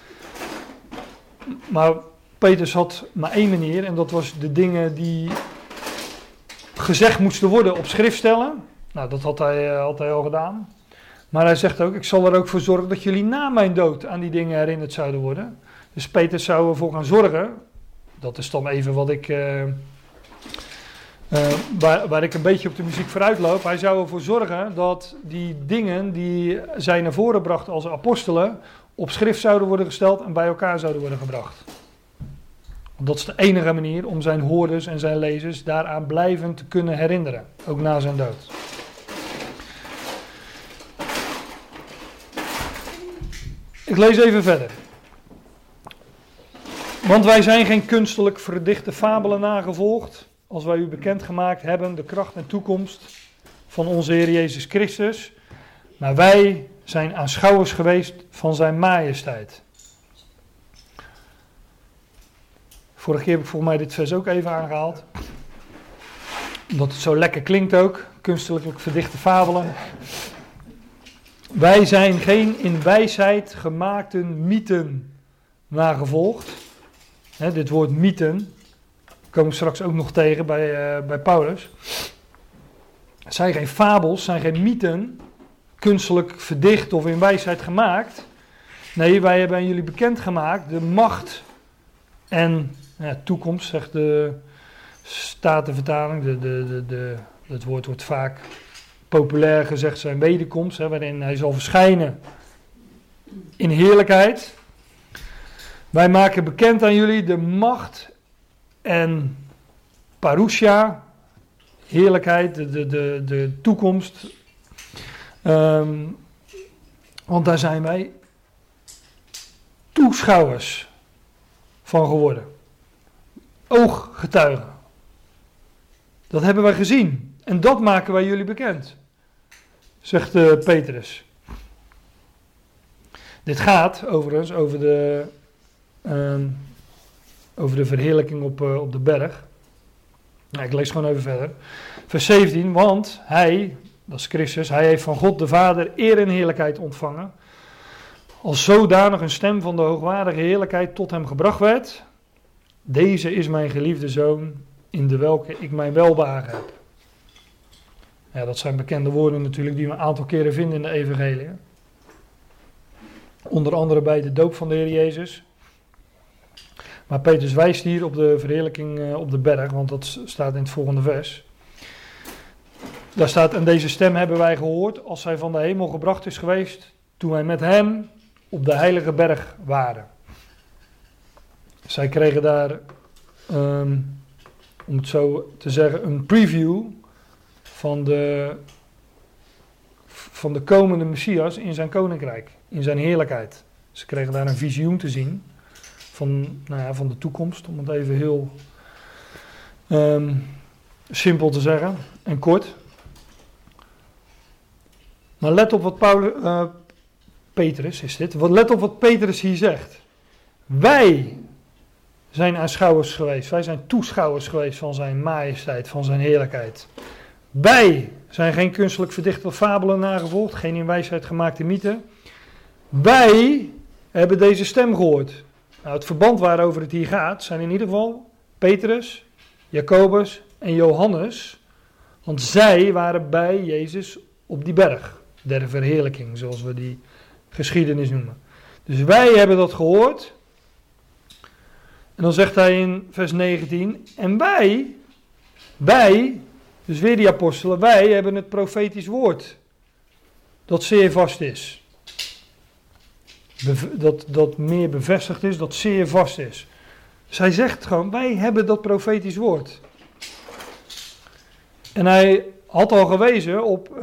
Maar Petrus had maar één manier en dat was de dingen die gezegd moesten worden op schriftstellen. Nou, dat had hij al gedaan. Maar hij zegt ook, ik zal er ook voor zorgen dat jullie na mijn dood aan die dingen herinnerd zouden worden. Dus Petrus zou ervoor gaan zorgen, dat is dan even wat ik, waar ik een beetje op de muziek vooruit loop. Hij zou ervoor zorgen dat die dingen die zij naar voren bracht als apostelen op schrift zouden worden gesteld en bij elkaar zouden worden gebracht. Want dat is de enige manier om zijn hoorders en zijn lezers daaraan blijvend te kunnen herinneren, ook na zijn dood. Ik lees even verder. Want wij zijn geen kunstelijk verdichte fabelen nagevolgd, als wij u bekendgemaakt hebben de kracht en toekomst van onze Heer Jezus Christus, maar wij zijn aanschouwers geweest van zijn majesteit. Vorige keer heb ik volgens mij dit vers ook even aangehaald, omdat het zo lekker klinkt ook, kunstelijk verdichte fabelen. Wij zijn geen in wijsheid gemaakte mythen nagevolgd. Dit woord mythen komen we straks ook nog tegen bij Paulus. Het zijn geen fabels, zijn geen mythen, kunstelijk verdicht of in wijsheid gemaakt. Nee, wij hebben aan jullie bekendgemaakt de macht en toekomst, zegt de Statenvertaling. Het woord wordt vaak populair gezegd zijn wederkomst, waarin hij zal verschijnen in heerlijkheid. Wij maken bekend aan jullie de macht en parousia, heerlijkheid, de toekomst. Want daar zijn wij toeschouwers van geworden. Ooggetuigen. Dat hebben wij gezien. En dat maken wij jullie bekend, zegt Petrus. Dit gaat overigens over de verheerlijking op de berg. Nou, ik lees gewoon even verder. Vers 17, want hij, dat is Christus, hij heeft van God de Vader eer en heerlijkheid ontvangen. Als zodanig een stem van de hoogwaardige heerlijkheid tot hem gebracht werd. Deze is mijn geliefde zoon, in de welke ik mijn welbehagen heb. Ja, dat zijn bekende woorden natuurlijk die we een aantal keren vinden in de evangelie. Onder andere bij de doop van de Heer Jezus. Maar Petrus wijst hier op de verheerlijking op de berg, want dat staat in het volgende vers. Daar staat, en deze stem hebben wij gehoord als hij van de hemel gebracht is geweest, toen wij met hem op de heilige berg waren. Zij kregen daar, om het zo te zeggen, een preview van de komende Messias in zijn koninkrijk, in zijn heerlijkheid. Ze kregen daar een visioen te zien van de toekomst, om het even heel simpel te zeggen en kort. Maar let op wat Petrus is dit. Let op wat Petrus hier zegt. Wij zijn aanschouwers geweest. Wij zijn toeschouwers geweest van zijn majesteit, van zijn heerlijkheid. Wij zijn geen kunstelijk verdichte fabelen nagevolgd, geen in wijsheid gemaakte mythen. Wij hebben deze stem gehoord. Nou, het verband waarover het hier gaat zijn in ieder geval Petrus, Jacobus en Johannes. Want zij waren bij Jezus op die berg der verheerlijking, zoals we die geschiedenis noemen. Dus wij hebben dat gehoord. En dan zegt hij in vers 19, en wij, dus weer die apostelen, wij hebben het profetisch woord, dat zeer vast is. dat meer bevestigd is, dat zeer vast is. Dus hij zegt gewoon, wij hebben dat profetisch woord. En hij had al gewezen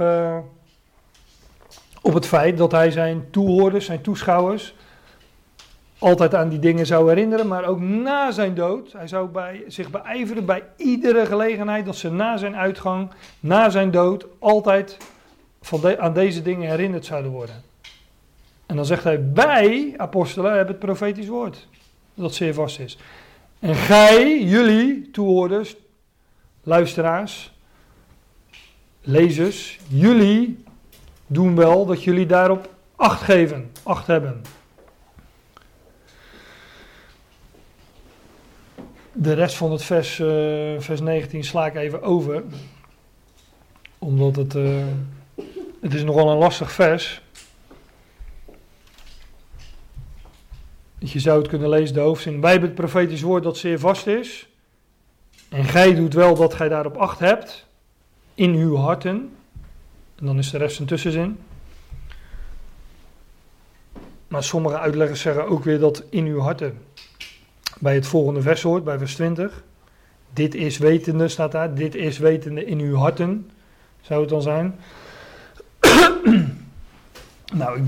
op het feit dat hij zijn toehoorders, zijn toeschouwers, altijd aan die dingen zou herinneren, maar ook na zijn dood. Hij zou zich beijveren bij iedere gelegenheid dat ze na zijn uitgang, na zijn dood, altijd aan deze dingen herinnerd zouden worden. En dan zegt hij, wij, apostelen, hebben het profetisch woord, dat zeer vast is. En gij, jullie, toehoorders, luisteraars, lezers, jullie doen wel dat jullie daarop acht hebben. De rest van het vers 19 sla ik even over. Omdat het is nogal een lastig vers. Je zou het kunnen lezen, de hoofdzin. Wij hebben het profetisch woord dat zeer vast is. En gij doet wel dat gij daarop acht hebt. In uw harten. En dan is de rest een tussenzin. Maar sommige uitleggers zeggen ook weer dat in uw harten bij het volgende vers hoort, bij vers 20. Dit is wetende, staat daar. Dit is wetende in uw harten, zou het dan zijn. Nou,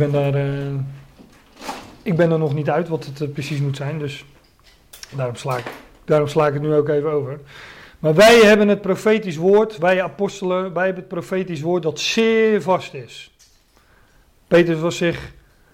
ik ben er nog niet uit wat het precies moet zijn, dus daarom sla ik het nu ook even over. Maar wij hebben het profetisch woord, wij apostelen, wij hebben het profetisch woord dat zeer vast is. Petrus was zich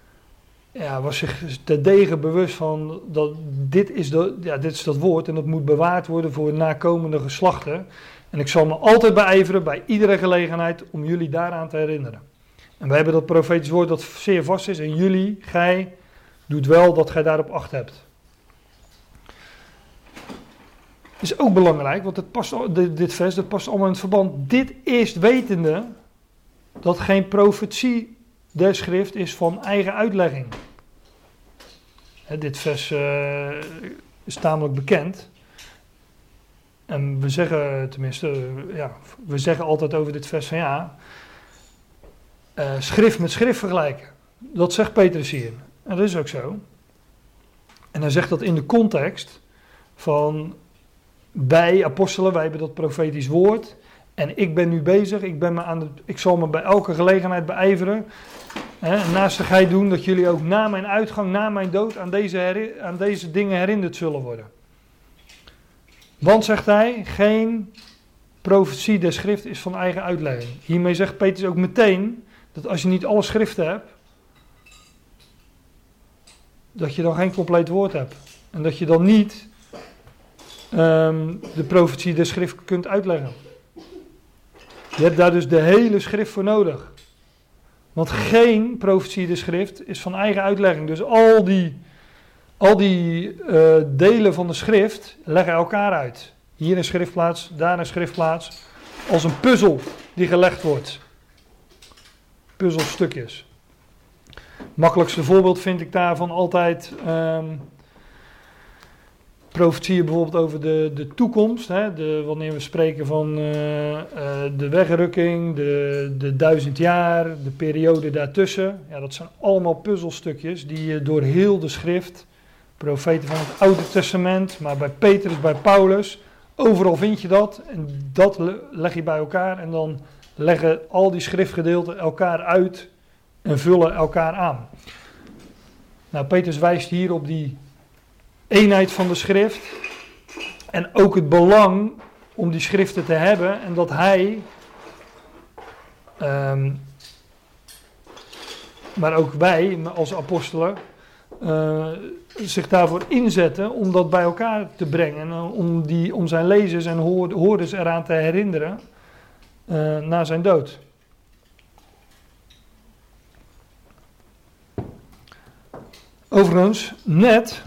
terdege bewust van dat dit is dat woord en dat moet bewaard worden voor nakomende geslachten. En ik zal me altijd beijveren bij iedere gelegenheid om jullie daaraan te herinneren. En wij hebben dat profetisch woord dat zeer vast is en jullie, gij, doet wel dat gij daarop acht hebt. Is ook belangrijk, want dit vers dat past allemaal in het verband. Dit is wetende dat geen profetie der schrift is van eigen uitlegging. Dit vers is tamelijk bekend. En we zeggen we zeggen altijd over dit vers van schrift met schrift vergelijken. Dat zegt Petrus hier. En dat is ook zo. En hij zegt dat in de context van wij apostelen, wij hebben dat profetisch woord. En ik ben nu bezig, ik zal me bij elke gelegenheid beijveren. Naastigheid doen dat jullie ook na mijn uitgang, na mijn dood aan deze dingen herinnerd zullen worden. Want, zegt hij, geen profetie der schrift is van eigen uitlegging. Hiermee zegt Petrus ook meteen dat als je niet alle schriften hebt, dat je dan geen compleet woord hebt. En dat je dan niet de profetie der schrift kunt uitleggen. Je hebt daar dus de hele schrift voor nodig. Want geen profetie der schrift is van eigen uitlegging. Dus al die delen van de schrift leggen elkaar uit. Hier een schriftplaats, daar een schriftplaats. Als een puzzel die gelegd wordt. Puzzelstukjes. Makkelijkste voorbeeld vind ik daarvan altijd profetieën bijvoorbeeld over de toekomst. Wanneer we spreken van de wegrukking, de 1000 jaar, de periode daartussen. Ja, dat zijn allemaal puzzelstukjes die je door heel de schrift, profeten van het Oude Testament, maar bij Petrus, bij Paulus, overal vind je dat. En dat leg je bij elkaar en dan leggen al die schriftgedeelten elkaar uit en vullen elkaar aan. Nou, Petrus wijst hier op die eenheid van de schrift en ook het belang om die schriften te hebben en dat hij, maar ook wij als apostelen, zich daarvoor inzetten om dat bij elkaar te brengen en om zijn lezers en hoorders eraan te herinneren na zijn dood. Overigens, net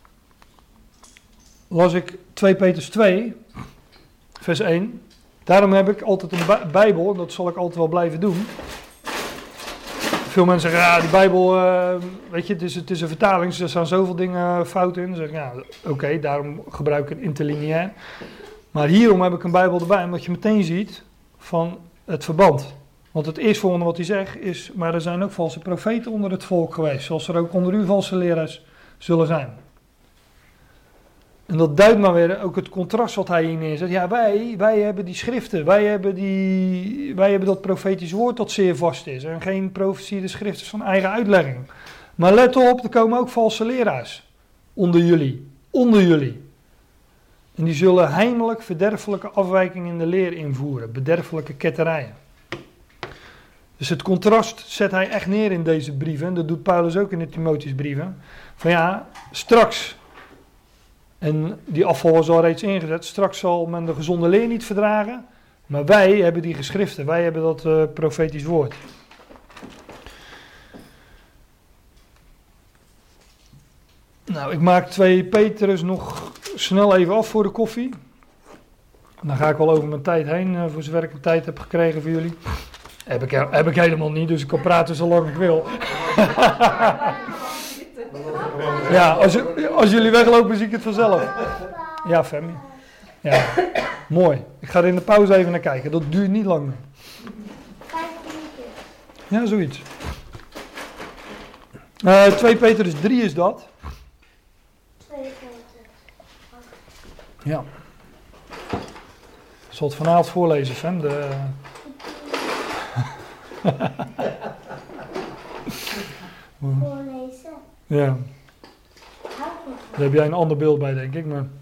las ik 2 Petrus 2, vers 1. Daarom heb ik altijd een Bijbel, en dat zal ik altijd wel blijven doen. Veel mensen zeggen, die Bijbel, weet je, het is een vertaling, dus er staan zoveel dingen fout in. Dan zeg ik, oké, daarom gebruik ik een interlineair. Maar hierom heb ik een Bijbel erbij, omdat je meteen ziet van het verband. Want het eerstvolgende wat hij zegt is, maar er zijn ook valse profeten onder het volk geweest, zoals er ook onder u valse leraars zullen zijn. En dat duidt maar weer ook het contrast wat hij hier neerzet. Ja, wij hebben die schriften, wij hebben dat profetisch woord dat zeer vast is. En geen profetie, de schrift is van eigen uitlegging. Maar let op, er komen ook valse leraars onder jullie. En die zullen heimelijk verderfelijke afwijkingen in de leer invoeren, bederfelijke ketterijen. Dus het contrast zet hij echt neer in deze brieven. En dat doet Paulus ook in de Timotheusbrieven. Van ja, straks, en die afval was al reeds ingezet, straks zal men de gezonde leer niet verdragen. Maar wij hebben die geschriften, wij hebben dat profetisch woord. Nou, ik maak 2 Petrus nog snel even af voor de koffie. Dan ga ik wel over mijn tijd heen, voor zover ik een tijd heb gekregen voor jullie. Heb ik helemaal niet, dus ik kan praten zolang ik wil. Ja, als jullie weglopen zie ik het vanzelf. Ja, Femi. Ja, mooi. Ik ga er in de pauze even naar kijken, dat duurt niet lang meer. 5 minuten. Ja, zoiets. 2 Petrus 3 is dat. 2 minuten. Ja. Ik zal het vanavond voorlezen, Fem. Voorlezen. Ja, Hou goed. daar heb jij een ander beeld bij, denk ik. Maar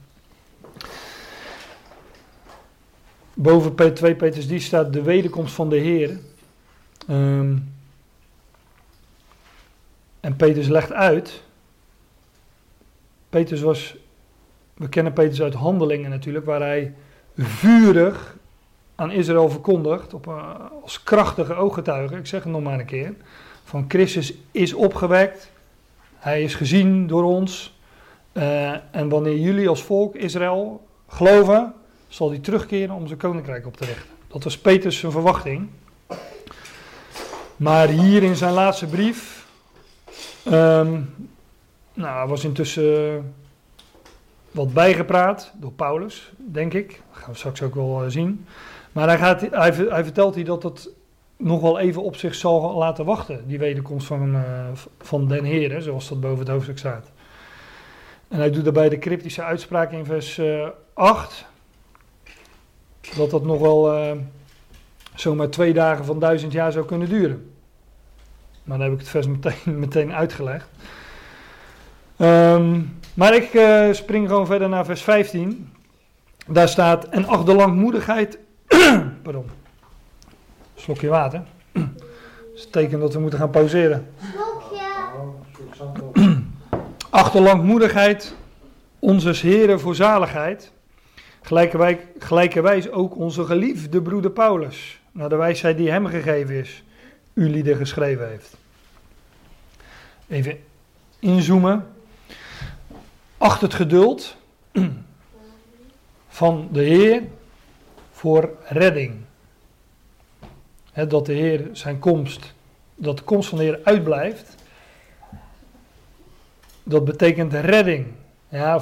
boven 2 Petrus 3 staat de wederkomst van de Heer. En Petrus legt uit. We kennen Petrus uit Handelingen natuurlijk, waar hij vurig aan Israël verkondigt, als krachtige ooggetuige, ik zeg het nog maar een keer, van Christus is opgewekt, hij is gezien door ons, en wanneer jullie als volk Israël geloven, zal hij terugkeren om zijn koninkrijk op te richten. Dat was Petrus zijn verwachting. Maar hier in zijn laatste brief, was intussen wat bijgepraat door Paulus, denk ik. Dat gaan we straks ook wel zien. Maar hij vertelt hier dat het nog wel even op zich zal laten wachten, die wederkomst van den Heere, zoals dat boven het hoofdstuk staat. En hij doet daarbij de cryptische uitspraak in vers 8, dat nog wel zomaar 2 dagen van 1000 jaar zou kunnen duren. Maar dan heb ik het vers meteen uitgelegd. Maar ik spring gewoon verder naar vers 15. Daar staat, en ach de langmoedigheid, pardon, slokje water. Dat is het teken dat we moeten gaan pauzeren. Slokje. Ach de langmoedigheid, onzes Heren voor zaligheid, gelijkerwijs ook onze geliefde broeder Paulus, naar de wijsheid die hem gegeven is, u lieden geschreven heeft. Even inzoomen. Acht het geduld van de Heer voor redding. Dat de Heer dat de komst van de Heer uitblijft, dat betekent redding. Ja,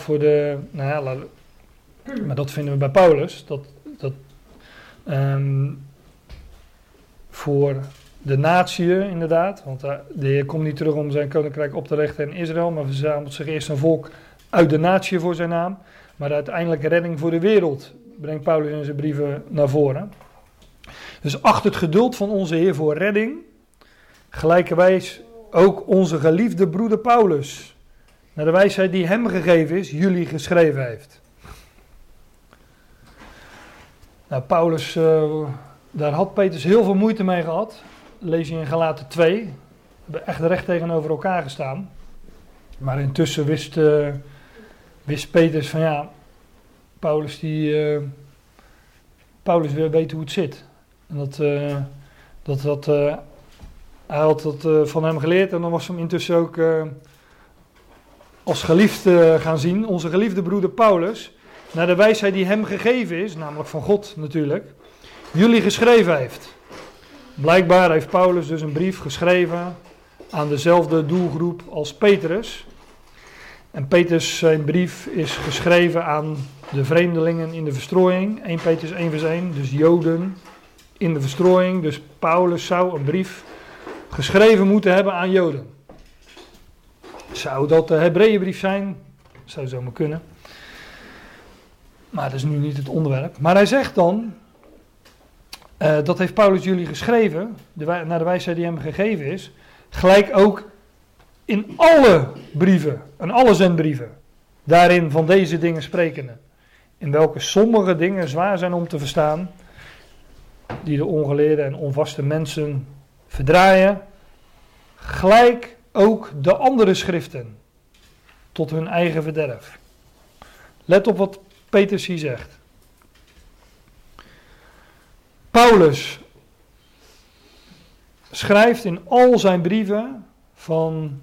maar dat vinden we bij Paulus, voor de natie inderdaad, want de Heer komt niet terug om zijn koninkrijk op te richten in Israël, maar verzamelt zich eerst een volk uit de natie voor zijn naam, maar uiteindelijk redding voor de wereld brengt Paulus in zijn brieven naar voren. Dus acht het geduld van onze Heer voor redding, gelijkerwijs ook onze geliefde broeder Paulus, naar de wijsheid die hem gegeven is, jullie geschreven heeft. Nou, Paulus, daar had Petrus heel veel moeite mee gehad. Lees je in Galaten 2. We hebben echt recht tegenover elkaar gestaan. Maar intussen wist Petrus van ja, Paulus wil weten hoe het zit. En hij had dat van hem geleerd en dan was hem intussen ook als geliefde gaan zien. Onze geliefde broeder Paulus, naar de wijsheid die hem gegeven is, namelijk van God natuurlijk, jullie geschreven heeft. Blijkbaar heeft Paulus dus een brief geschreven aan dezelfde doelgroep als Petrus. En Petrus zijn brief is geschreven aan de vreemdelingen in de verstrooiing. 1 Petrus 1 vers 1, dus Joden in de verstrooiing. Dus Paulus zou een brief geschreven moeten hebben aan Joden. Zou dat de Hebreeënbrief zijn? Zou zomaar kunnen. Maar dat is nu niet het onderwerp. Maar hij zegt dan, dat heeft Paulus jullie geschreven, naar de wijsheid die hem gegeven is, gelijk ook in alle brieven, en alle zendbrieven, daarin van deze dingen sprekende, in welke sommige dingen zwaar zijn om te verstaan, die de ongeleerde en onvaste mensen verdraaien, gelijk ook de andere schriften, tot hun eigen verderf. Let op wat Petrus hier zegt. Paulus schrijft in al zijn brieven van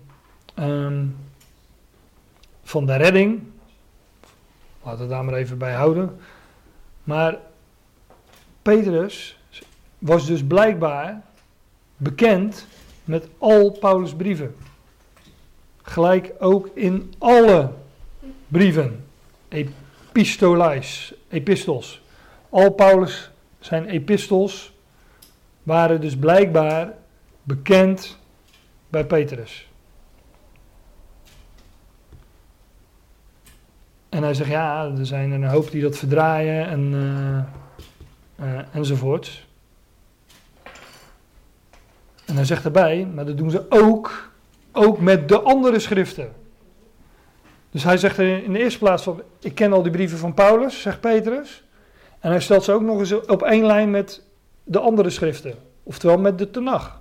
de redding. Laten we daar maar even bij houden. Maar Petrus was dus blijkbaar bekend met al Paulus' brieven. Gelijk ook in alle brieven. Epistels. Al Paulus zijn epistels waren dus blijkbaar bekend bij Petrus. En hij zegt, ja, er zijn een hoop die dat verdraaien enzovoort. En hij zegt erbij, maar dat doen ze ook met de andere schriften. Dus hij zegt in de eerste plaats van, ik ken al die brieven van Paulus, zegt Petrus. En hij stelt ze ook nog eens op één lijn met de andere schriften. Oftewel met de Tenach.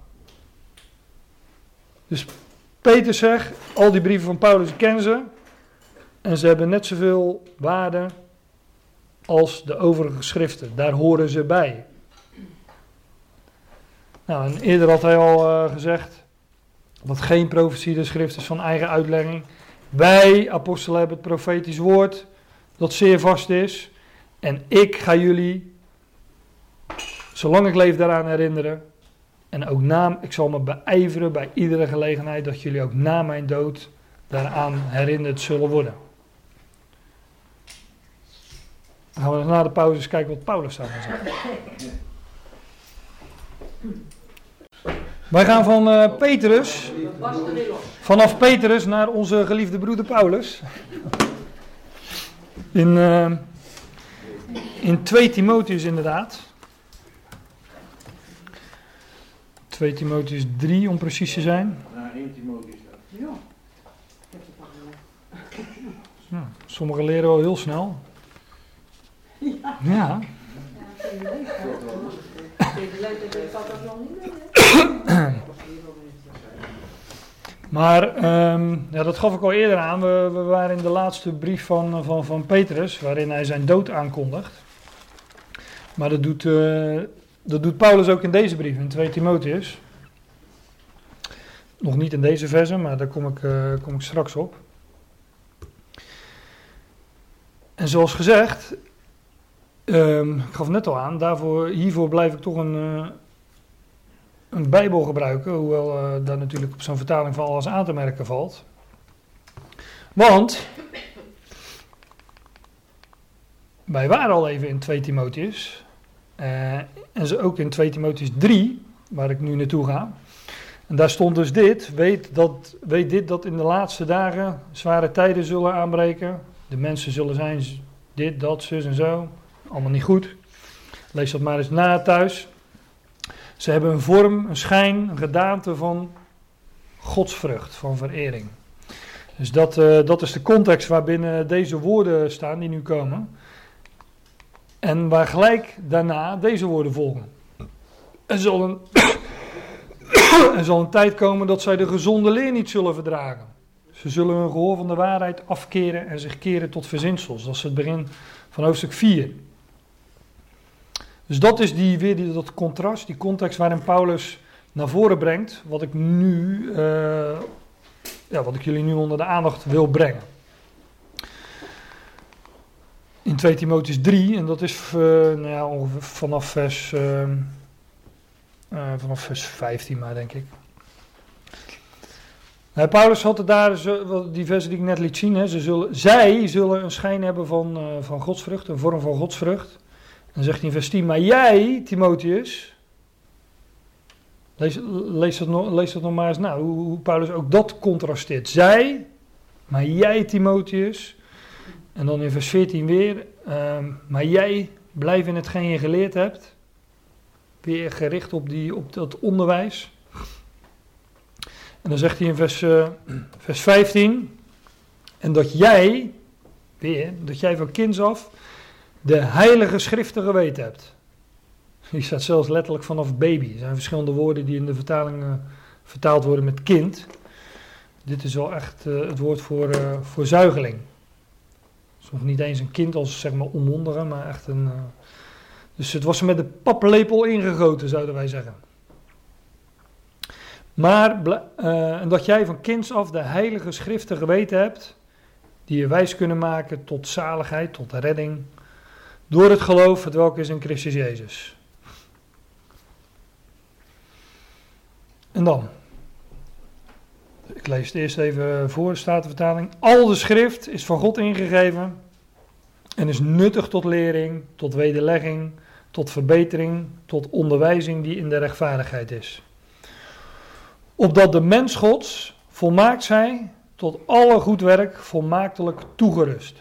Dus Petrus zegt, al die brieven van Paulus, ik ken ze. En ze hebben net zoveel waarde als de overige schriften. Daar horen ze bij. Nou, en eerder had hij al gezegd dat geen profetie de schrift is van eigen uitlegging. Wij, apostelen, hebben het profetisch woord dat zeer vast is. En ik ga jullie, zolang ik leef, daaraan herinneren. En ook ik zal me beijveren bij iedere gelegenheid dat jullie ook na mijn dood daaraan herinnerd zullen worden. Dan gaan we na de pauze eens kijken wat Paulus daarvan zegt. Wij gaan van Petrus, vanaf Petrus naar onze geliefde broeder Paulus. In 2 Timotheus inderdaad. 2 Timotheus 3 om precies te zijn. Naar 1 Timotheus. Ja, sommigen leren wel heel snel. Ja. Maar ja, dat gaf ik al eerder aan. We waren in de laatste brief van Petrus, waarin hij zijn dood aankondigt. Maar dat doet Paulus ook in deze brief, in 2 Timotheus. Nog niet in deze verse, maar daar kom ik straks op. En zoals gezegd, ik gaf net al aan, hiervoor blijf ik toch een Bijbel gebruiken, hoewel daar natuurlijk op zo'n vertaling van alles aan te merken valt. Want wij waren al even in 2 Timotheus, en ze ook in 2 Timotheus 3, waar ik nu naartoe ga. En daar stond dus dit, weet dit dat in de laatste dagen zware tijden zullen aanbreken. De mensen zullen zijn dit, dat, zus en zo. Allemaal niet goed. Lees dat maar eens na thuis. Ze hebben een vorm, een schijn, een gedaante van godsvrucht, van verering. Dus dat is de context waarbinnen deze woorden staan die nu komen. En waar gelijk daarna deze woorden volgen. Er zal een tijd komen dat zij de gezonde leer niet zullen verdragen. Ze zullen hun gehoor van de waarheid afkeren en zich keren tot verzinsels. Dat is het begin van hoofdstuk 4. Dus dat is dat contrast, die context waarin Paulus naar voren brengt, wat ik jullie nu onder de aandacht wil brengen. In 2 Timotheus 3, en dat is ongeveer vanaf vers 15 maar, denk ik. Paulus had het daar, die versen die ik net liet zien, zij zullen een schijn hebben van godsvrucht, een vorm van godsvrucht. Dan zegt hij in vers 10, maar jij, Timotheus, lees dat nog maar eens na, hoe Paulus ook dat contrasteert. Zij, maar jij, Timotheus, en dan in vers 14 weer, maar jij, blijf in hetgeen je geleerd hebt, weer gericht op dat onderwijs. En dan zegt hij in vers 15, en dat jij van kinds af de heilige schriften geweten hebt. Die staat zelfs letterlijk vanaf baby. Er zijn verschillende woorden die in de vertaling vertaald worden met kind. Dit is wel echt het woord voor zuigeling. Soms niet eens een kind als zeg maar onmondige, maar echt een... dus het was er met de paplepel ingegoten, zouden wij zeggen. Maar, en dat jij van kinds af de heilige schriften geweten hebt, die je wijs kunnen maken tot zaligheid, tot redding, door het geloof, het welke is in Christus Jezus. En dan, ik lees het eerst even voor, de Statenvertaling. Al de schrift is van God ingegeven en is nuttig tot lering, tot wederlegging, tot verbetering, tot onderwijzing die in de rechtvaardigheid is. Opdat de mens Gods volmaakt zij, tot alle goed werk volmaaktelijk toegerust.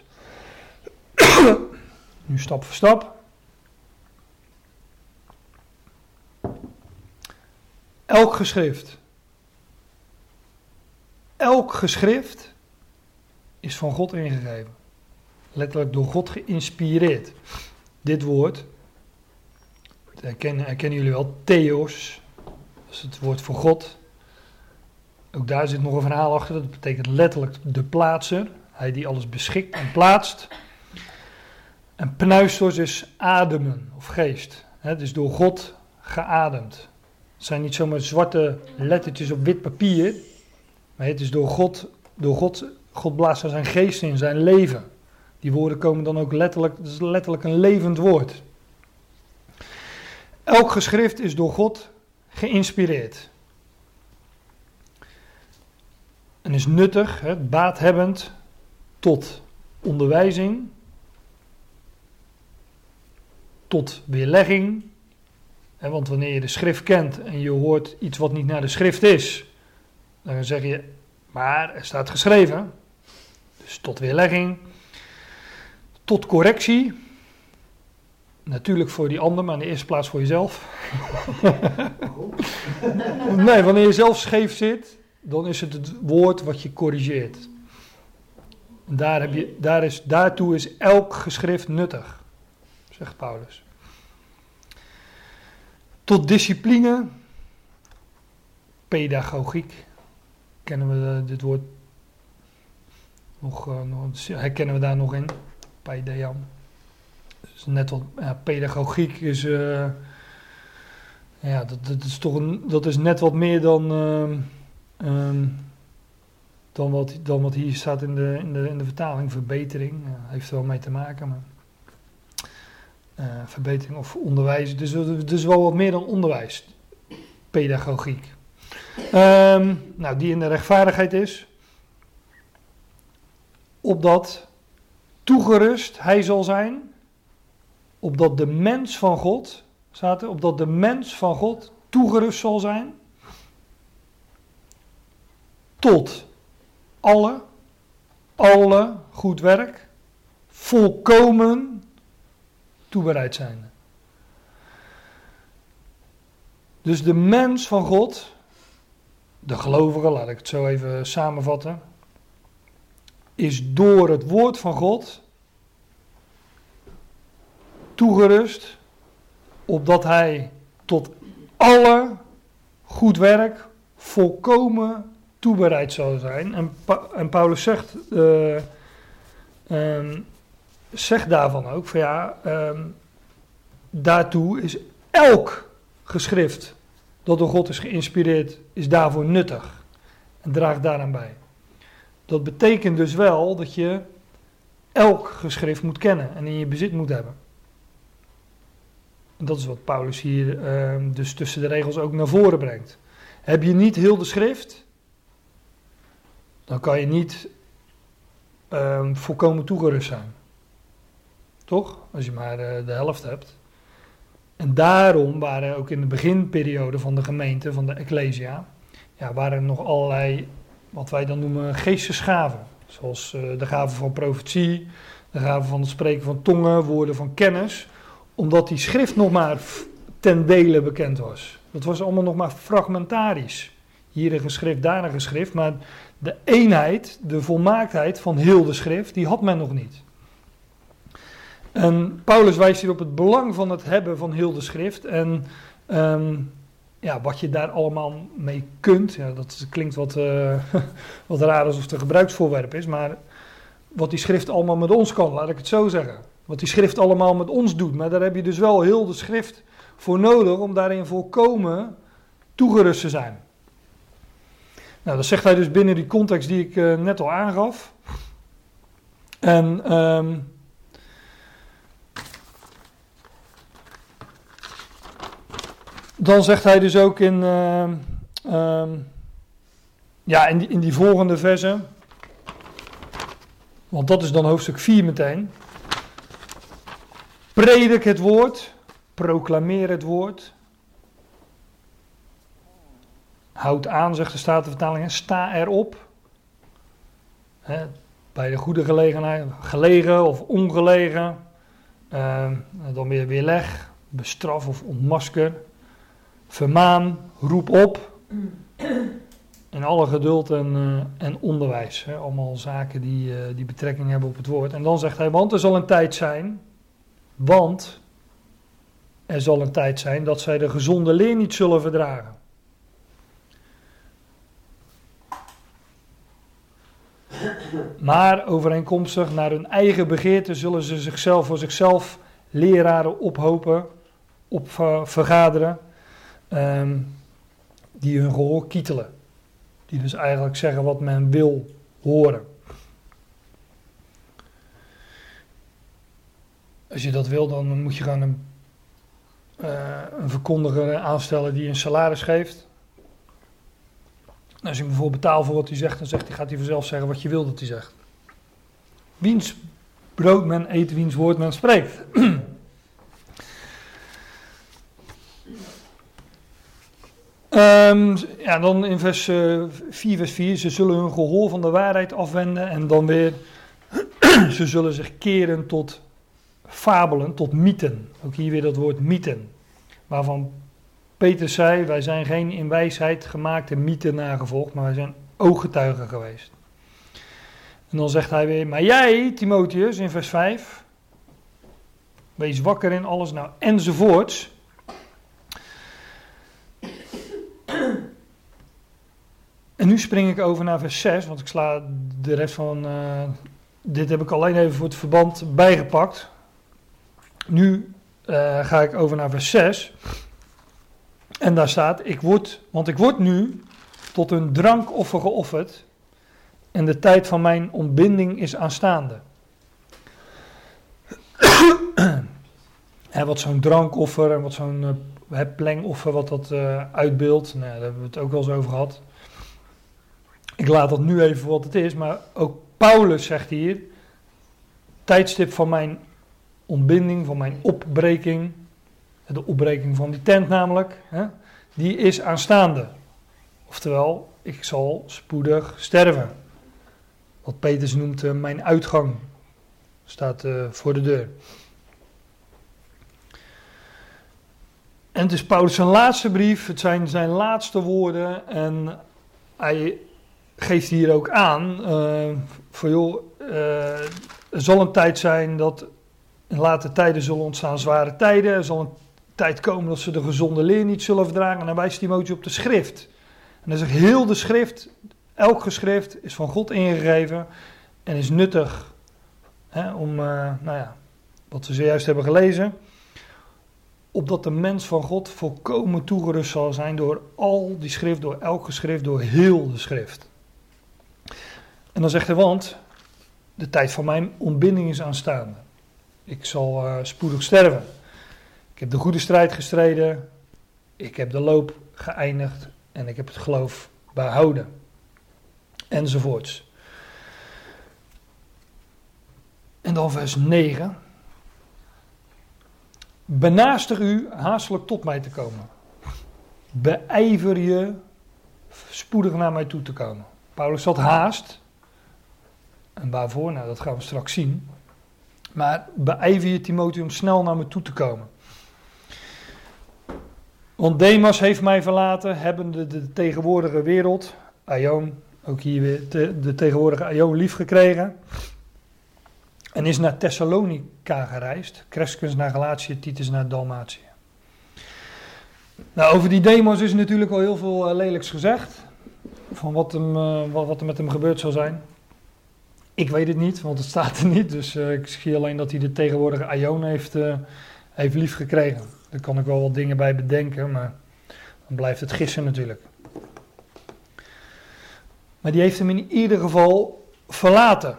Nu stap voor stap. Elk geschrift is van God ingegeven. Letterlijk door God geïnspireerd. Dit woord, herkennen jullie wel, theos, dat is het woord voor God. Ook daar zit nog een verhaal achter, dat betekent letterlijk de plaatser. Hij die alles beschikt en plaatst. En pneustos is ademen of geest. Het is door God geademd. Het zijn niet zomaar zwarte lettertjes op wit papier. Maar het is door God blaast er zijn geest in, zijn leven. Die woorden komen dan ook letterlijk, het is letterlijk een levend woord. Elk geschrift is door God geïnspireerd. En is nuttig, baathebbend, tot onderwijzing, tot weerlegging. Want wanneer je de schrift kent en je hoort iets wat niet naar de schrift is, dan zeg je, maar er staat geschreven. Dus tot weerlegging, tot correctie. Natuurlijk voor die ander, maar in de eerste plaats voor jezelf. Nee, wanneer je zelf scheef zit, dan is het woord wat je corrigeert. En daartoe is elk geschrift nuttig, zegt Paulus. Tot discipline, pedagogiek, kennen we dit woord herkennen we daar nog in, paideia. Dus net wat, pedagogiek is, dat is net wat meer dan wat hier staat in de vertaling, verbetering. Heeft er wel mee te maken, maar verbetering of onderwijs. Dus wel wat meer dan onderwijs, pedagogiek. Die in de rechtvaardigheid is, opdat toegerust hij zal zijn, opdat de mens van God, staat er, opdat de mens van God toegerust zal zijn, tot alle goed werk, volkomen toebereid zijn. Dus de mens van God, de gelovige, laat ik het zo even samenvatten, is door het woord van God toegerust, opdat hij tot alle goed werk volkomen toebereid zal zijn. En Paulus zegt daarvan ook, daartoe is elk geschrift dat door God is geïnspireerd, is daarvoor nuttig en draagt daaraan bij. Dat betekent dus wel dat je elk geschrift moet kennen en in je bezit moet hebben. En dat is wat Paulus hier dus tussen de regels ook naar voren brengt. Heb je niet heel de schrift, dan kan je niet volkomen toegerust zijn. Toch? Als je maar de helft hebt. En daarom waren ook in de beginperiode van de gemeente, van de Ecclesia, waren er nog allerlei, wat wij dan noemen, geestesgaven. Zoals de gave van profetie, de gave van het spreken van tongen, woorden van kennis. Omdat die schrift nog maar ten dele bekend was. Dat was allemaal nog maar fragmentarisch. Hier een geschrift, daar een geschrift. Maar de eenheid, de volmaaktheid van heel de schrift, die had men nog niet. En Paulus wijst hier op het belang van het hebben van heel de schrift. En wat je daar allemaal mee kunt. Ja, dat klinkt wat raar alsof het een gebruiksvoorwerp is. Maar wat die schrift allemaal met ons kan, laat ik het zo zeggen. Wat die schrift allemaal met ons doet. Maar daar heb je dus wel heel de schrift voor nodig om daarin volkomen toegerust te zijn. Nou, dat zegt hij dus binnen die context die ik net al aangaf. En dan zegt hij dus ook in die volgende versen, want dat is dan hoofdstuk 4 meteen. Predik het woord, proclameer het woord. Houd aan, zegt de Statenvertaling, sta erop. Bij de goede gelegenheid, gelegen of ongelegen. Dan weer weerleg, bestraf of ontmasker. Vermaan, roep op. In alle geduld en onderwijs. Allemaal zaken die betrekking hebben op het woord. En dan zegt hij, want er zal een tijd zijn dat zij de gezonde leer niet zullen verdragen. Maar overeenkomstig naar hun eigen begeerte zullen ze voor zichzelf leraren ophopen, vergaderen, die hun gehoor kietelen. Die dus eigenlijk zeggen wat men wil horen. Als je dat wil, dan moet je gewoon een verkondiger aanstellen die een salaris geeft. Als je hem bijvoorbeeld betaalt voor wat hij zegt, dan gaat hij vanzelf zeggen wat je wil dat hij zegt. Wiens brood men eet, wiens woord men spreekt. Dan in vers 4, ze zullen hun gehoor van de waarheid afwenden en dan weer, ze zullen zich keren tot fabelen, tot mythen. Ook hier weer dat woord mythen. Waarvan Petrus zei, wij zijn geen in wijsheid gemaakte mythen nagevolgd, maar wij zijn ooggetuigen geweest. En dan zegt hij weer, maar jij, Timotheus, in vers 5, wees wakker in alles, nou, enzovoorts. En nu spring ik over naar vers 6, want ik sla de rest van, dit heb ik alleen even voor het verband bijgepakt. Nu ga ik over naar vers 6. En daar staat, ik word nu tot een drankoffer geofferd en de tijd van mijn ontbinding is aanstaande. Wat zo'n drankoffer en wat zo'n plengoffer, wat dat uitbeeldt, nou, daar hebben we het ook wel eens over gehad. Ik laat dat nu even wat het is, maar ook Paulus zegt hier, tijdstip van mijn ontbinding, van mijn opbreking, de opbreking van die tent namelijk, die is aanstaande. Oftewel, ik zal spoedig sterven. Wat Petrus noemt mijn uitgang, staat voor de deur. En het is Paulus zijn laatste brief, het zijn zijn laatste woorden en hij geeft hier ook aan, er zal een tijd zijn dat in later tijden zullen ontstaan zware tijden, er zal een tijd komen dat ze de gezonde leer niet zullen verdragen en dan wijst Timotheus op de schrift. En dan zegt heel de schrift, elk geschrift is van God ingegeven en is nuttig om, wat we zojuist hebben gelezen, opdat de mens van God volkomen toegerust zal zijn door al die schrift, door elk geschrift, door heel de schrift. En dan zegt hij, want de tijd van mijn ontbinding is aanstaande. Ik zal spoedig sterven. Ik heb de goede strijd gestreden. Ik heb de loop geëindigd. En ik heb het geloof behouden. Enzovoorts. En dan vers 9. benaastig u haastelijk tot mij te komen. Beijver je spoedig naar mij toe te komen. Paulus had haast. En waarvoor? Nou, dat gaan we straks zien. Maar beijver je Timotheus om snel naar me toe te komen. Want Demas heeft mij verlaten, hebbende de tegenwoordige wereld, Aion, ook hier weer de tegenwoordige Aion lief gekregen. En is naar Thessalonica gereisd. Crescens naar Galatië, Titus naar Dalmatië. Nou, over die Demas is natuurlijk al heel veel lelijks gezegd. Van wat er met hem gebeurd zou zijn. Ik weet het niet, want het staat er niet. Dus ik zie alleen dat hij de tegenwoordige Aion heeft lief gekregen. Daar kan ik wel wat dingen bij bedenken, maar dan blijft het gissen natuurlijk. Maar die heeft hem in ieder geval verlaten.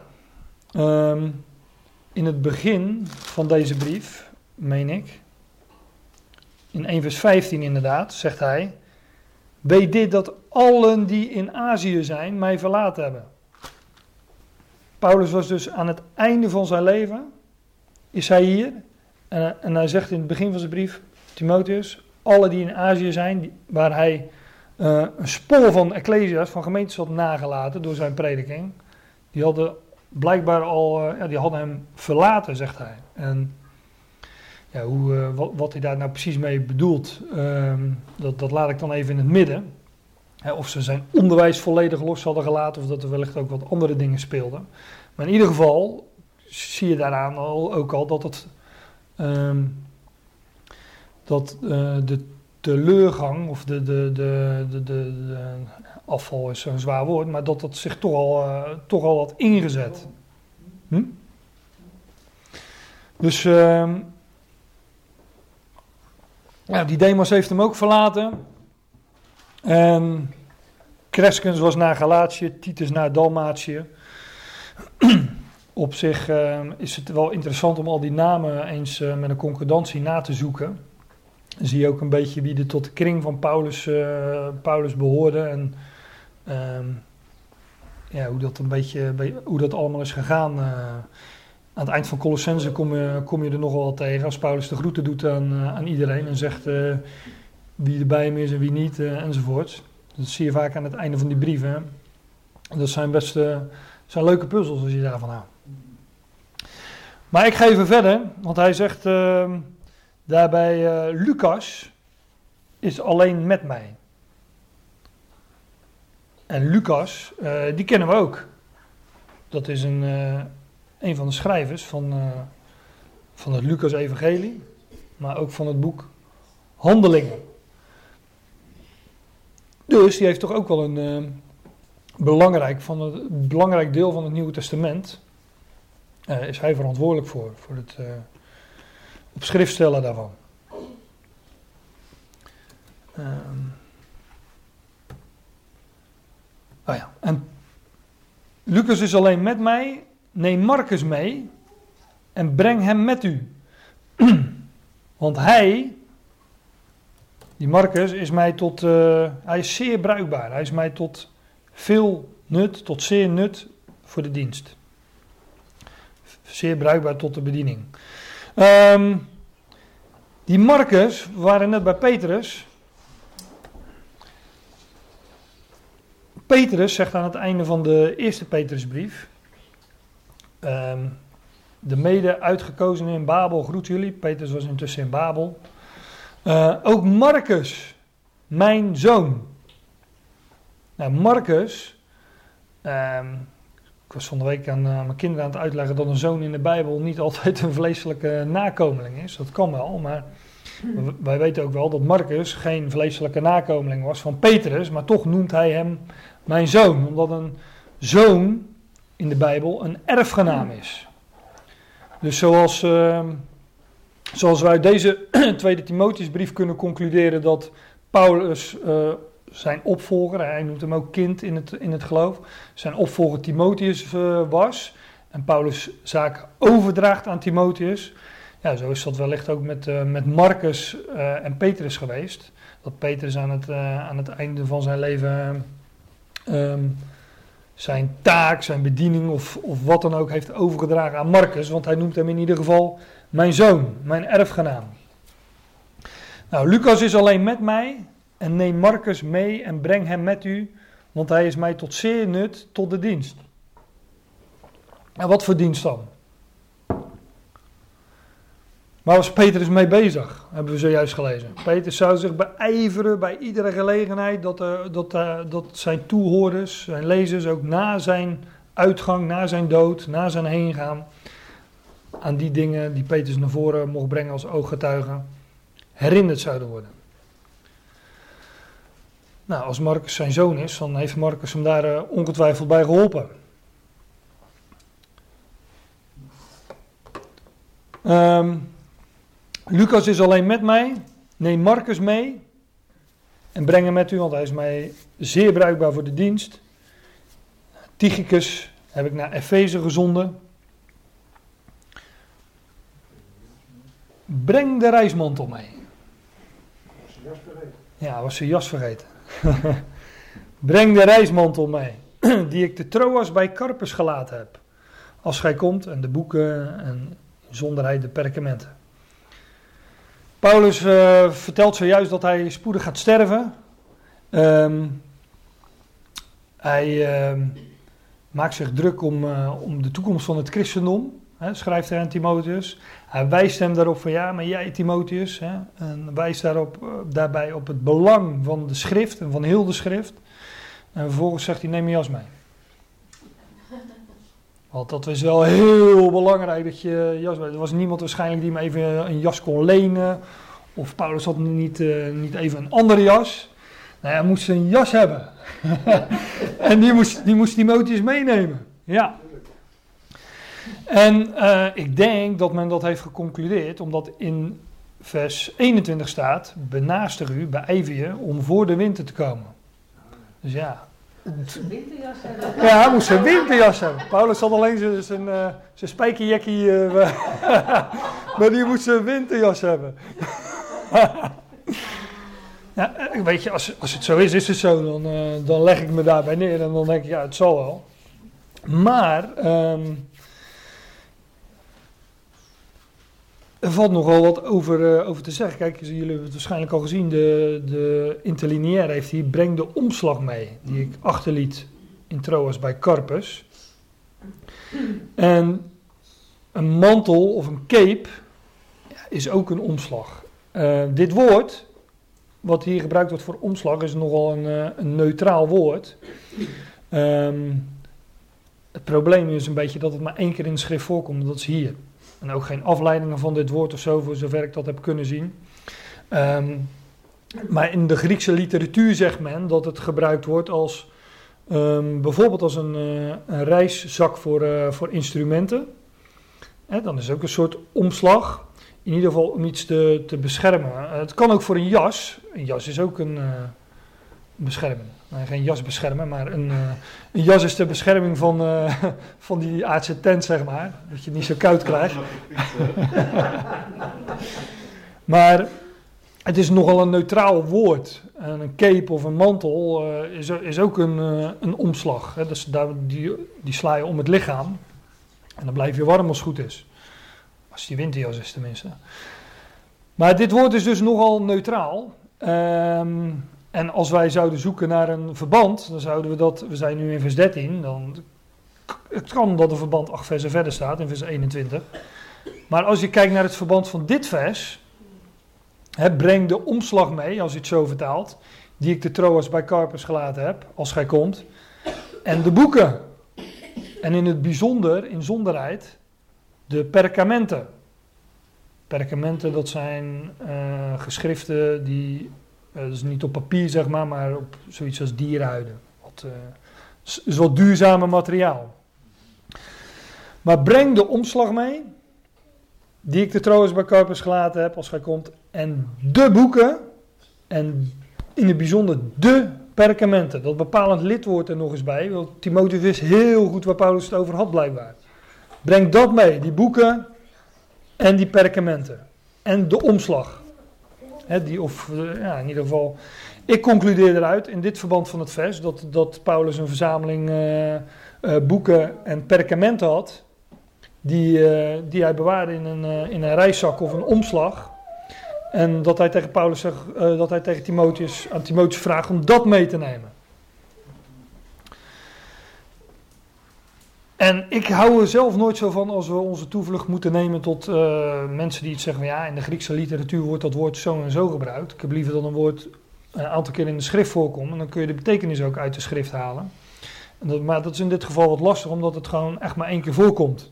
In het begin van deze brief, meen ik, in 1 vers 15 inderdaad, zegt hij: weet dit dat allen die in Azië zijn, mij verlaten hebben. Paulus was dus aan het einde van zijn leven, is hij hier, en hij zegt in het begin van zijn brief, Timotheus, alle die in Azië zijn, waar hij een spoor van ecclesia's, van gemeentes had nagelaten door zijn prediking, die hadden blijkbaar al, die hadden hem verlaten, zegt hij. En ja, wat hij daar nou precies mee bedoelt, dat laat ik dan even in het midden. Of ze zijn onderwijs volledig los hadden gelaten, of dat er wellicht ook wat andere dingen speelden. Maar in ieder geval zie je daaraan ook al dat het de teleurgang, of de afval is een zwaar woord, maar dat zich toch al had ingezet. Dus die Demas heeft hem ook verlaten. En Crescens was naar Galatië, Titus naar Dalmatië. Op zich is het wel interessant om al die namen eens met een concordantie na te zoeken. Dan zie je ook een beetje wie er tot de kring van Paulus behoorde. En hoe dat allemaal is gegaan. Aan het eind van Colossense kom je er nogal wel tegen. Als Paulus de groeten doet aan iedereen en zegt wie er bij hem is en wie niet, enzovoort. Dat zie je vaak aan het einde van die brieven. Hè? Dat zijn best zijn leuke puzzels als je daarvan houdt. Maar ik ga even verder, want hij zegt daarbij Lucas is alleen met mij. En Lucas, die kennen we ook. Dat is een van de schrijvers van het Lucas-evangelie, maar ook van het boek Handelingen. Dus die heeft toch ook wel een belangrijk deel van het Nieuwe Testament. Is hij verantwoordelijk voor het op schrift stellen daarvan. En Lucas is alleen met mij. Neem Marcus mee en breng hem met u. Want die Marcus is mij hij is zeer bruikbaar. Hij is mij tot veel nut, tot zeer nut voor de dienst. Zeer bruikbaar tot de bediening. Die Marcus, we waren net bij Petrus. Petrus zegt aan het einde van de eerste Petrusbrief: de mede uitgekozenen in Babel groet jullie. Petrus was intussen in Babel. Ook Marcus, mijn zoon. Nou, Marcus, ik was van de week aan mijn kinderen aan het uitleggen dat een zoon in de Bijbel niet altijd een vleeselijke nakomeling is. Dat kan wel, maar wij weten ook wel dat Marcus geen vleeselijke nakomeling was van Petrus, maar toch noemt hij hem mijn zoon, omdat een zoon in de Bijbel een erfgenaam is. Dus zoals we uit deze tweede Timotheusbrief kunnen concluderen dat Paulus zijn opvolger, hij noemt hem ook kind in het geloof, zijn opvolger Timotheus was en Paulus zaak overdraagt aan Timotheus. Ja, zo is dat wellicht ook met Marcus en Petrus geweest. Dat Petrus aan het einde van zijn leven zijn taak, zijn bediening of wat dan ook heeft overgedragen aan Marcus. Want hij noemt hem in ieder geval mijn zoon, mijn erfgenaam. Nou, Lucas is alleen met mij en neem Marcus mee en breng hem met u, want hij is mij tot zeer nut tot de dienst. En wat voor dienst dan? Waar was Petrus mee bezig? Hebben we zojuist gelezen. Petrus zou zich beijveren bij iedere gelegenheid dat zijn toehoorders, zijn lezers, ook na zijn uitgang, na zijn dood, na zijn heengaan, aan die dingen die Petrus naar voren mocht brengen als ooggetuige, herinnerd zouden worden. Nou, als Marcus zijn zoon is, dan heeft Marcus hem daar ongetwijfeld bij geholpen. Lucas is alleen met mij. Neem Marcus mee en breng hem met u, want hij is mij zeer bruikbaar voor de dienst. Tychicus heb ik naar Efeze gezonden. Breng de reismantel mee. Ja, was zijn jas vergeten. Breng de reismantel mee, die ik te Troas bij Carpus gelaten heb. Als gij komt, en de boeken en zonder hij de perkamenten. Paulus vertelt zojuist dat hij spoedig gaat sterven. Hij maakt zich druk om de toekomst van het christendom, schrijft hij aan Timotheus. Hij wijst hem daarop van ja, maar jij Timotheus, en wijst daarbij op het belang van de schrift en van heel de schrift. En vervolgens zegt hij, neem je jas mee. Want dat was wel heel belangrijk dat je jas mee. Er was niemand waarschijnlijk die me even een jas kon lenen. Of Paulus had niet even een andere jas. Nou, hij moest een jas hebben. En die moest Timotheus meenemen. Ja. En ik denk dat men dat heeft geconcludeerd, omdat in vers 21 staat, benaastig u, beijver je om voor de winter te komen. Dus ja. Een winterjas hebben. Ja, hij moest een winterjas hebben. Paulus had alleen zijn spijkerjackie, maar die moest een winterjas hebben. Ja, weet je, als het zo is het zo. Dan leg ik me daarbij neer en dan denk ik, ja, het zal wel. Maar er valt nogal wat over te zeggen. Kijk, jullie hebben het waarschijnlijk al gezien. De interlineair heeft hier, breng de omslag mee, die ik achterliet in Troas bij Carpus. En een mantel of een cape is ook een omslag. Dit woord, wat hier gebruikt wordt voor omslag, is nogal een neutraal woord. Het probleem is een beetje dat het maar 1 keer in de schrift voorkomt, dat is hier. En ook geen afleidingen van dit woord of zo, voor zover ik dat heb kunnen zien. Maar in de Griekse literatuur zegt men dat het gebruikt wordt als bijvoorbeeld als een reiszak voor instrumenten. Dan is het ook een soort omslag. In ieder geval om iets te beschermen. Het kan ook voor een jas. Een jas is ook een bescherming. Geen jas beschermen, maar een jas is de bescherming van die aardse tent, zeg maar. Dat je het niet zo koud krijgt. Maar het is nogal een neutraal woord. En een cape of een mantel is ook een omslag. Hè. Dus die sla je om het lichaam. En dan blijf je warm als het goed is. Als die winterjas is tenminste. Maar dit woord is dus nogal neutraal. En als wij zouden zoeken naar een verband, dan zouden we zijn nu in vers 13, het kan dat een verband 8 versen verder staat, in vers 21. Maar als je kijkt naar het verband van dit vers, breng de omslag mee, als je het zo vertaalt, die ik de Troas bij Carpus gelaten heb, als gij komt, en de boeken. En in het bijzonder, in zonderheid, de perkamenten. Perkamenten, dat zijn geschriften die, dus niet op papier zeg maar op zoiets als dierhuiden. Is wat duurzamer materiaal. Maar breng de omslag mee, die ik de Troas bij Carpus gelaten heb, als gij komt, en de boeken, en in het bijzonder de perkamenten. Dat bepalend lidwoord er nog eens bij, want Timotheus wist heel goed waar Paulus het over had blijkbaar. Breng dat mee, die boeken en die perkamenten. En de omslag. In ieder geval, ik concludeer eruit in dit verband van het vers dat Paulus een verzameling boeken en perkamenten had, die hij bewaarde in een reiszak of een omslag. En dat hij tegen Paulus zegt, dat hij tegen aan Timotheus vraagt om dat mee te nemen. En ik hou er zelf nooit zo van als we onze toevlucht moeten nemen tot mensen die het zeggen van ja, in de Griekse literatuur wordt dat woord zo en zo gebruikt. Ik heb liever dat een woord een aantal keer in de schrift voorkomt en dan kun je de betekenis ook uit de schrift halen. Maar dat is in dit geval wat lastig, omdat het gewoon echt maar 1 keer voorkomt.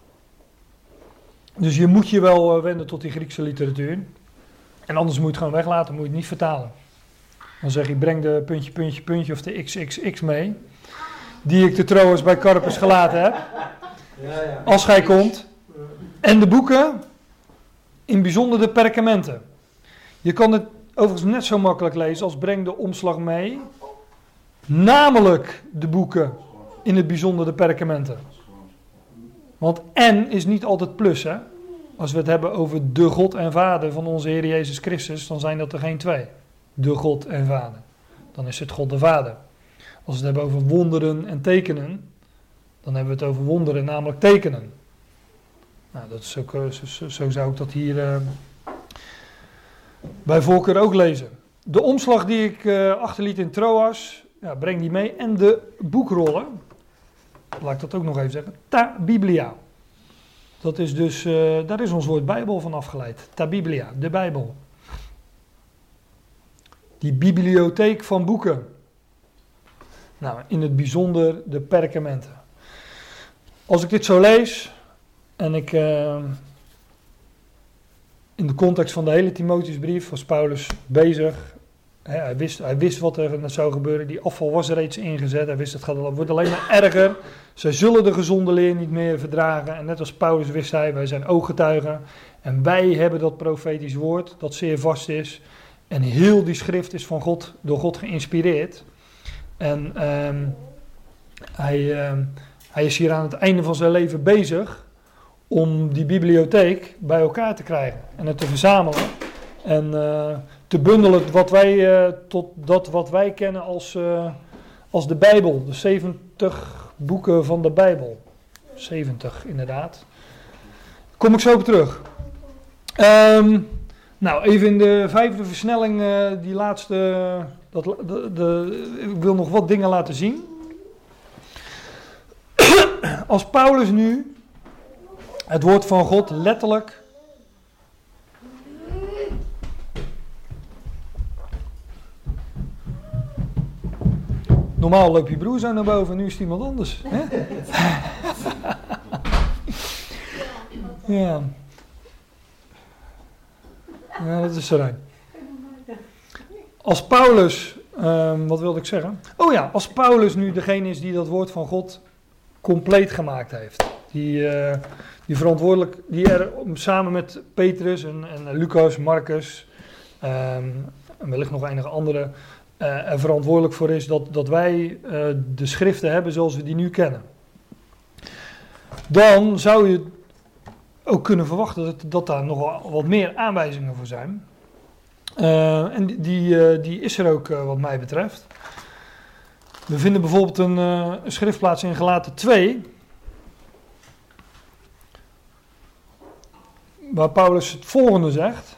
Dus je moet je wel wenden tot die Griekse literatuur. En anders moet je het gewoon weglaten, moet je het niet vertalen. Dan zeg je, breng de puntje, puntje, puntje of de XXX mee. Die ik de trouwens bij Carpus gelaten heb. Als gij komt. En de boeken, in bijzonder de perkamenten. Je kan het overigens net zo makkelijk lezen als breng de omslag mee. Namelijk de boeken, in het bijzonder de perkamenten. Want en is niet altijd plus, hè. Als we het hebben over de God en Vader van onze Heer Jezus Christus, dan zijn dat er geen 2. De God en Vader. Dan is het God de Vader. Als we het hebben over wonderen en tekenen, dan hebben we het over wonderen, namelijk tekenen. Nou, dat is ook, zo zou ik dat hier bij voorkeur ook lezen. De omslag die ik achterliet in Troas, ja, breng die mee. En de boekrollen, laat ik dat ook nog even zeggen, ta biblia. Dat is dus, daar is ons woord Bijbel van afgeleid. Ta biblia, de Bijbel. Die bibliotheek van boeken. Nou, in het bijzonder de perkamenten. Als ik dit zo lees, en ik in de context van de hele Timotheusbrief was Paulus bezig. Hij wist wat er zou gebeuren. Die afval was reeds ingezet. Hij wist het wordt alleen maar erger. Zij zullen de gezonde leer niet meer verdragen. En net als Paulus wist hij, wij zijn ooggetuigen. En wij hebben dat profetisch woord dat zeer vast is. En heel die schrift is van God, door God geïnspireerd. En hij is hier aan het einde van zijn leven bezig om die bibliotheek bij elkaar te krijgen. En het te verzamelen. En te bundelen tot dat wat wij kennen als de Bijbel. De 70 boeken van de Bijbel. 70 inderdaad. Kom ik zo op terug. Nou, even in de 5e versnelling, die laatste. Ik wil nog wat dingen laten zien. Als Paulus nu het woord van God letterlijk. Normaal loopt je broer zo naar boven, nu is het iemand anders. Hè? Ja. Ja, dat is serijn. Als Paulus, wat wilde ik zeggen? Oh ja, als Paulus nu degene is die dat woord van God compleet gemaakt heeft. Die verantwoordelijk, die er samen met Petrus en Lucas, Marcus, en wellicht nog enige andere, er verantwoordelijk voor is dat wij de schriften hebben zoals we die nu kennen. Dan zou je ook kunnen verwachten dat daar nog wel wat meer aanwijzingen voor zijn. En die is er ook wat mij betreft. We vinden bijvoorbeeld een schriftplaats in Galaten 2. Waar Paulus het volgende zegt.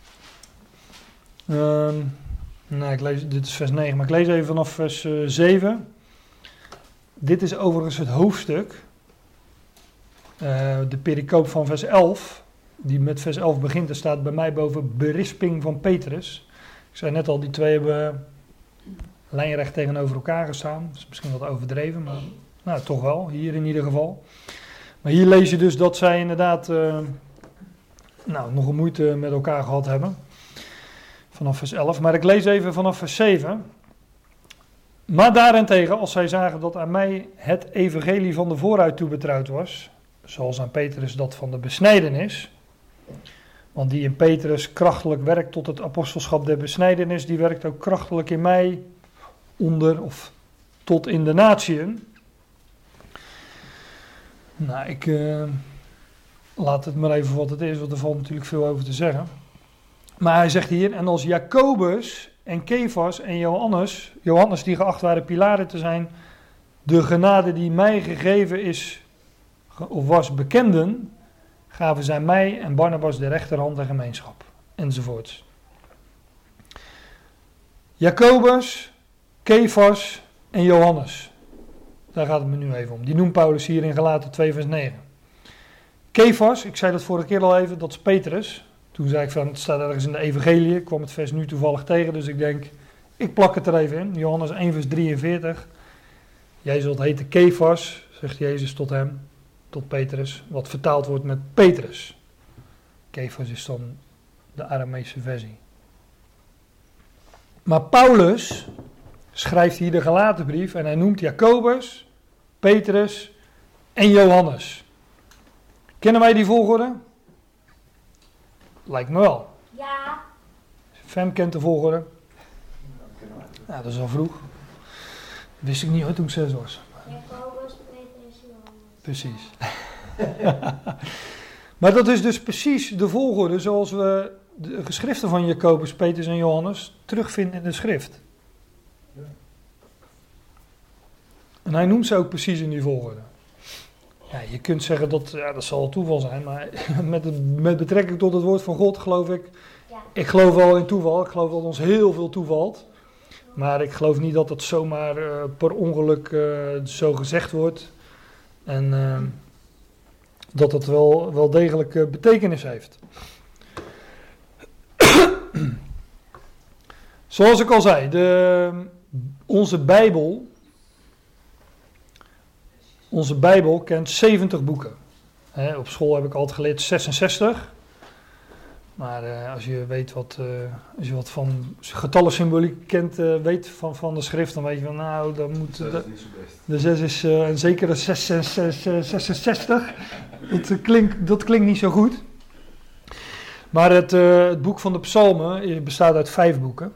Dit is vers 9, maar ik lees even vanaf vers 7. Dit is overigens het hoofdstuk. De pericoop van vers 11. Die met vers 11 begint. Er staat bij mij boven berisping van Petrus. Ik zei net al, die twee hebben lijnrecht tegenover elkaar gestaan. Dat is misschien wat overdreven, maar nou, toch wel. Hier in ieder geval. Maar hier lees je dus dat zij inderdaad nog een moeite met elkaar gehad hebben. Vanaf vers 11. Maar ik lees even vanaf vers 7. Maar daarentegen, als zij zagen dat aan mij het evangelie van de vooruit toebetrouwd was, zoals aan Petrus dat van de besnijdenis, want die in Petrus krachtelijk werkt tot het apostelschap der besnijdenis, die werkt ook krachtelijk in mij onder of tot in de natieën. Nou, ik laat het maar even wat het is, want er valt natuurlijk veel over te zeggen. Maar hij zegt hier, en als Jacobus en Kefas en Johannes die geacht waren pilaren te zijn, de genade die mij gegeven is, of was bekenden, gaven zij mij en Barnabas de rechterhand en gemeenschap. enzovoorts. Jacobus, Kefas en Johannes. Daar gaat het me nu even om. Die noemt Paulus hier in Galaten 2 vers 9. Kefas, ik zei dat vorige keer al even, dat is Petrus. Toen zei ik van, het staat ergens in de evangelie. Ik kwam het vers nu toevallig tegen, dus ik denk, ik plak het er even in. Johannes 1 vers 43. Jij zult heten Kefas, zegt Jezus tot hem, tot Petrus. Wat vertaald wordt met Petrus. Kefas is dan de Arameese versie. Maar Paulus schrijft hier de Galatenbrief en hij noemt Jacobus, Petrus en Johannes. Kennen wij die volgorde? Lijkt me wel. Ja. Fem kent de volgorde. Ja, dat is al vroeg. Wist ik niet hoor toen ik 6 was. Jacobus, Petrus, Johannes. Precies. Maar dat is dus precies de volgorde zoals we de geschriften van Jacobus, Petrus en Johannes terugvinden in de schrift. En hij noemt ze ook precies in die volgorde. Ja, je kunt zeggen dat zal toeval zijn, maar met betrekking tot het woord van God geloof ik. Ja. Ik geloof wel in toeval, ik geloof dat ons heel veel toevalt. Maar ik geloof niet dat het zomaar per ongeluk zo gezegd wordt. En dat het wel degelijk betekenis heeft. Zoals ik al zei, onze Bijbel kent 70 boeken. Op school heb ik altijd geleerd 66. Maar als je weet als je wat van getallensymboliek kent, weet van de schrift, dan weet je van nou, dan moet de 6 is en zeker de 66. Dat klinkt niet zo goed. Maar het boek van de Psalmen bestaat uit 5 boeken.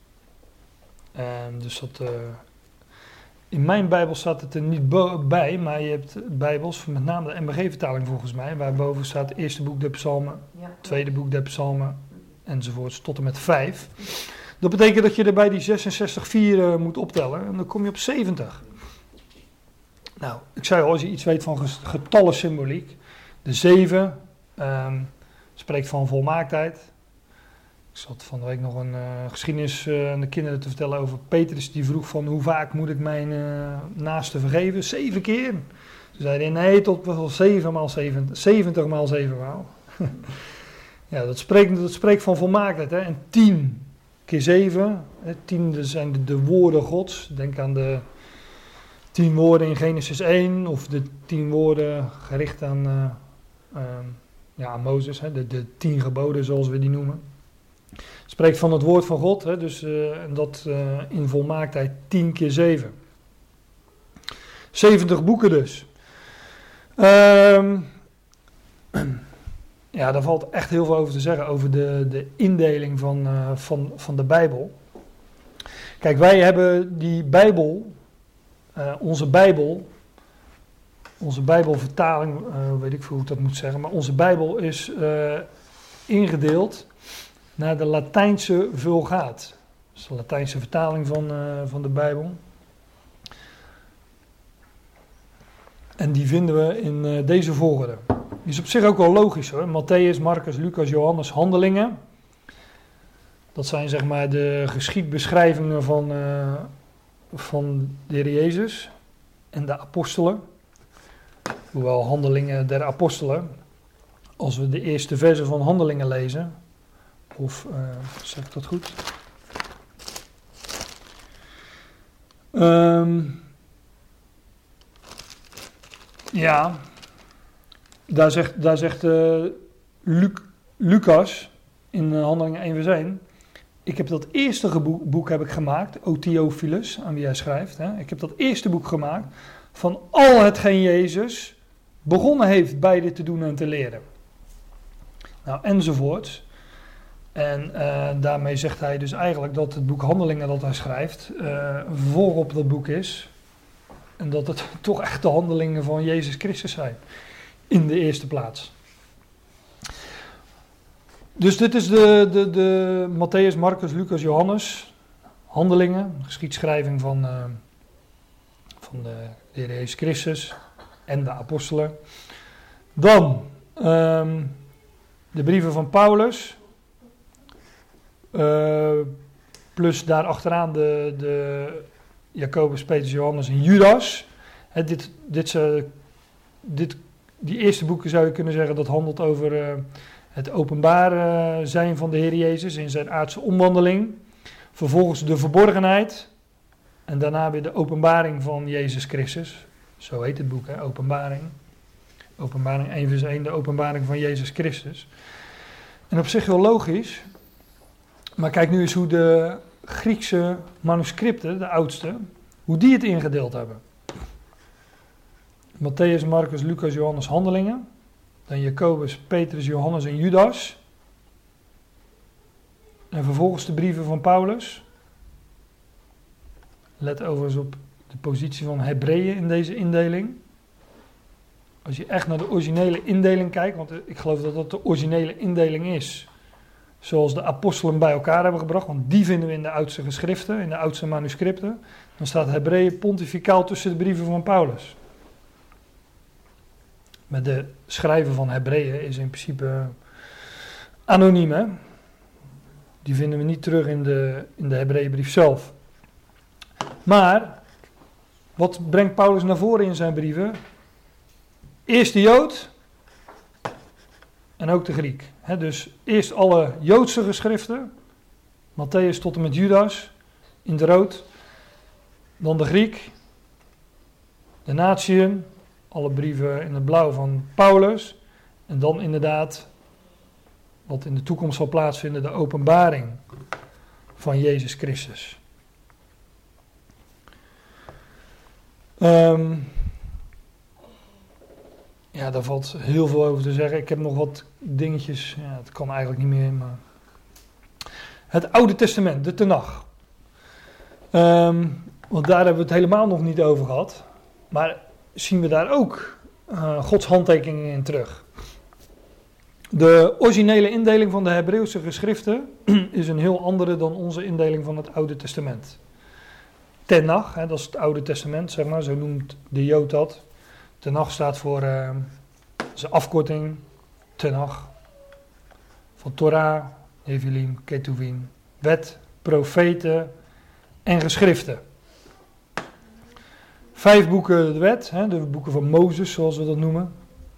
Dus dat, in mijn Bijbel staat het er niet bij, maar je hebt Bijbels, met name de MBG-vertaling volgens mij, waarboven staat het eerste boek der Psalmen, tweede boek der Psalmen, enzovoorts, tot en met 5. Dat betekent dat je er bij die 66 moet optellen en dan kom je op 70. Nou, ik zei al, als je iets weet van getallensymboliek, de 7 spreekt van volmaaktheid. Ik zat van de week nog een geschiedenis aan de kinderen te vertellen over Petrus. Die vroeg van hoe vaak moet ik mijn naaste vergeven? 7 keer. Toen zei hij nee, tot wel 7 maal 70. 70 maal 7 maal. Ja, dat spreekt van volmaaktheid. Hè? En 10 keer 7. 10 zijn de woorden Gods. Denk aan de 10 woorden in Genesis 1. Of de 10 woorden gericht aan Mozes. Hè? De 10 geboden zoals we die noemen. Spreekt van het woord van God, hè, dus dat in volmaaktheid 10 keer 7. 70 boeken dus. Ja, daar valt echt heel veel over te zeggen, over de indeling van de Bijbel. Kijk, wij hebben die Bijbel, onze Bijbelvertaling, weet ik veel hoe ik dat moet zeggen, maar onze Bijbel is ingedeeld naar de Latijnse Vulgaat. Dat is de Latijnse vertaling van de Bijbel. En die vinden we in deze volgorde. Die is op zich ook wel logisch hoor. Matthäus, Marcus, Lucas, Johannes, Handelingen. Dat zijn zeg maar de geschiedbeschrijvingen van de Heer Jezus en de apostelen. Hoewel Handelingen der apostelen, als we de eerste versen van Handelingen lezen, of zeg ik dat goed? Ja, daar zegt Lucas in Handelingen 1 vers 1. Ik heb dat eerste boek heb ik gemaakt, O Theophilus, aan wie hij schrijft. Hè. Ik heb dat eerste boek gemaakt van al hetgeen Jezus begonnen heeft beide te doen en te leren. Nou, enzovoorts. En daarmee zegt hij dus eigenlijk dat het boek Handelingen dat hij schrijft voorop dat boek is. En dat het toch echt de handelingen van Jezus Christus zijn. In de eerste plaats. Dus dit is de Matthäus, Marcus, Lucas, Johannes. Handelingen, geschiedschrijving van de Heer Jezus Christus en de apostelen. Dan de brieven van Paulus. plus daarachteraan de Jacobus, Petrus, Johannes en Judas. Die eerste boeken zou je kunnen zeggen dat handelt over het openbaar zijn van de Heer Jezus in zijn aardse omwandeling. Vervolgens de verborgenheid en daarna weer de openbaring van Jezus Christus. Zo heet het boek, hè? Openbaring. Openbaring 1 vers 1, de openbaring van Jezus Christus. En op zich heel logisch. Maar kijk nu eens hoe de Griekse manuscripten, de oudste, hoe die het ingedeeld hebben. Matthäus, Marcus, Lucas, Johannes, Handelingen. Dan Jacobus, Petrus, Johannes en Judas. En vervolgens de brieven van Paulus. Let overigens op de positie van Hebreeën in deze indeling. Als je echt naar de originele indeling kijkt, want ik geloof dat dat de originele indeling is. Zoals de apostelen bij elkaar hebben gebracht, want die vinden we in de oudste geschriften, in de oudste manuscripten. Dan staat Hebreeën pontificaal tussen de brieven van Paulus. Met de schrijver van Hebreeën is in principe anoniem, hè? Die vinden we niet terug in de Hebreeënbrief zelf. Maar, wat brengt Paulus naar voren in zijn brieven? Eerst de Jood en ook de Griek. Dus eerst alle Joodse geschriften, Matthäus tot en met Judas, in het rood. Dan de Griek, de Natieën, alle brieven in het blauw van Paulus. En dan inderdaad, wat in de toekomst zal plaatsvinden, de openbaring van Jezus Christus. Ja, daar valt heel veel over te zeggen. Ik heb nog wat dingetjes, ja, het kan eigenlijk niet meer, maar... Het Oude Testament, de Tenach. Want daar hebben we het helemaal nog niet over gehad. Maar zien we daar ook Gods handtekeningen in terug. De originele indeling van de Hebreeuwse geschriften is een heel andere dan onze indeling van het Oude Testament. Tenach, dat is het Oude Testament, zeg maar, zo noemt de Jood dat. Tenach staat voor zijn afkorting, Tenach, van Torah, Nevilim, Ketuvim, wet, profeten en geschriften. 5 boeken de wet, de boeken van Mozes, zoals we dat noemen.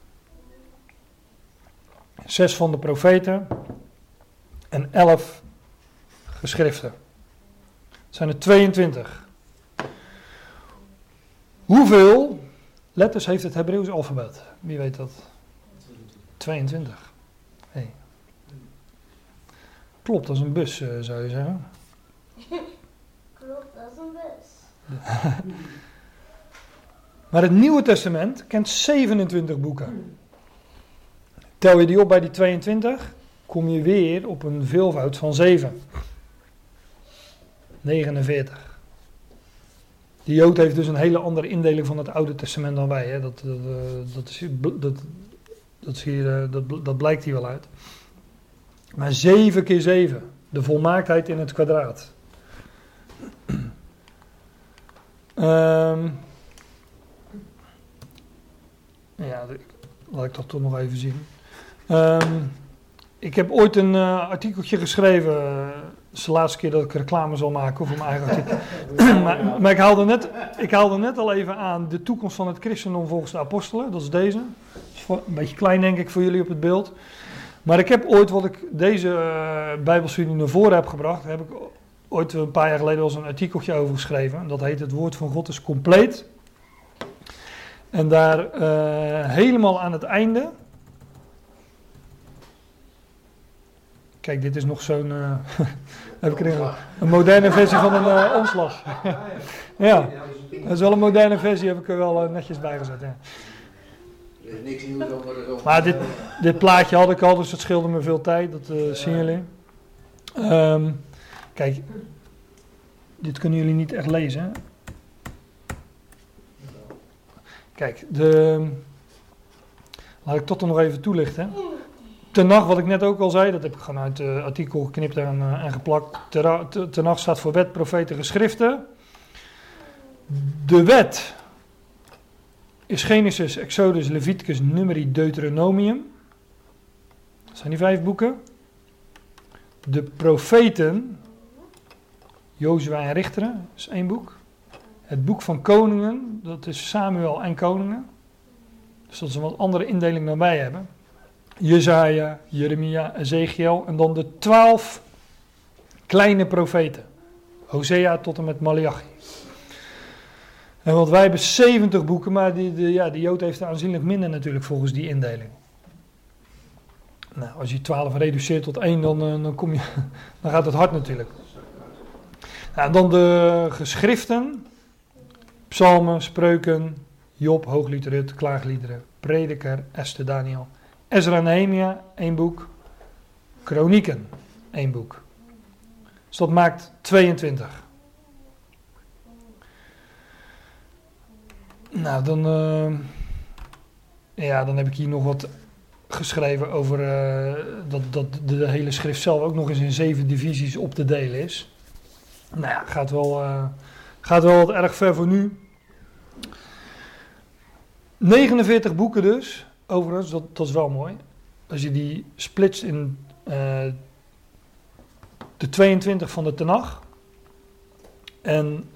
6 van de profeten en 11 geschriften. Het zijn er 22. Hoeveel letters heeft het Hebreeuws alfabet? Wie weet dat? 22. Hey. Klopt als een bus, zou je zeggen. Klopt als een bus. Maar het Nieuwe Testament kent 27 boeken. Tel je die op bij die 22, kom je weer op een veelvoud van 7. 49. De Jood heeft dus een hele andere indeling van het Oude Testament dan wij. Hè? Dat blijkt hier wel uit. Maar 7 keer 7. De volmaaktheid in het kwadraat. Ja, laat ik dat toch nog even zien. Ik heb ooit een artikeltje geschreven. Dat is de laatste keer dat ik reclame zal maken voor mijn eigen artikel. maar ik haalde net al even aan de toekomst van het christendom volgens de apostelen. Dat is deze. Dat is een beetje klein denk ik voor jullie op het beeld. Maar ik heb ooit, wat ik deze Bijbelstudie naar voren heb gebracht, heb ik ooit een paar jaar geleden wel eens een artikeltje over geschreven. Dat heet Het Woord van God is compleet. En daar helemaal aan het einde. Kijk, dit is nog zo'n. Heb ik er een moderne versie van een omslag. Ja, dat is wel een moderne versie, heb ik er wel netjes bij gezet. Ja. Er is niks nieuws over. Maar dit plaatje had ik al, dus het scheelde me veel tijd, dat zien jullie. Kijk, dit kunnen jullie niet echt lezen. Hè? Kijk, laat ik dat dan nog even toelichten. Tenach, wat ik net ook al zei, dat heb ik gewoon uit het artikel geknipt en geplakt. Tenach staat voor wet, profeten, geschriften. De wet is Genesis, Exodus, Leviticus, Numeri, Deuteronomium. Dat zijn die 5 boeken. De profeten, Jozua en Richteren, is 1 boek. Het boek van koningen, dat is Samuel en koningen. Dus dat is een wat andere indeling dan wij hebben. Jesaja, Jeremia, Ezekiel en dan de 12 kleine profeten. Hosea tot en met Maleachi. En want wij hebben 70 boeken, maar die Jood heeft er aanzienlijk minder natuurlijk volgens die indeling. Nou, als je 12 reduceert tot 1, dan gaat het hard natuurlijk. Nou, dan de geschriften, psalmen, spreuken, Job, Hooglied, Rut, klaagliederen, prediker, Esther, Daniel, Ezra, Nehemia, 1 boek, kronieken, 1 boek. Dus dat maakt 22. Nou, dan heb ik hier nog wat geschreven over dat de hele schrift zelf ook nog eens in 7 divisies op te delen is. Nou ja, gaat wel wat erg ver voor nu. 49 boeken dus, overigens, dat is wel mooi. Als je die splitst in de 22 van de Tenach en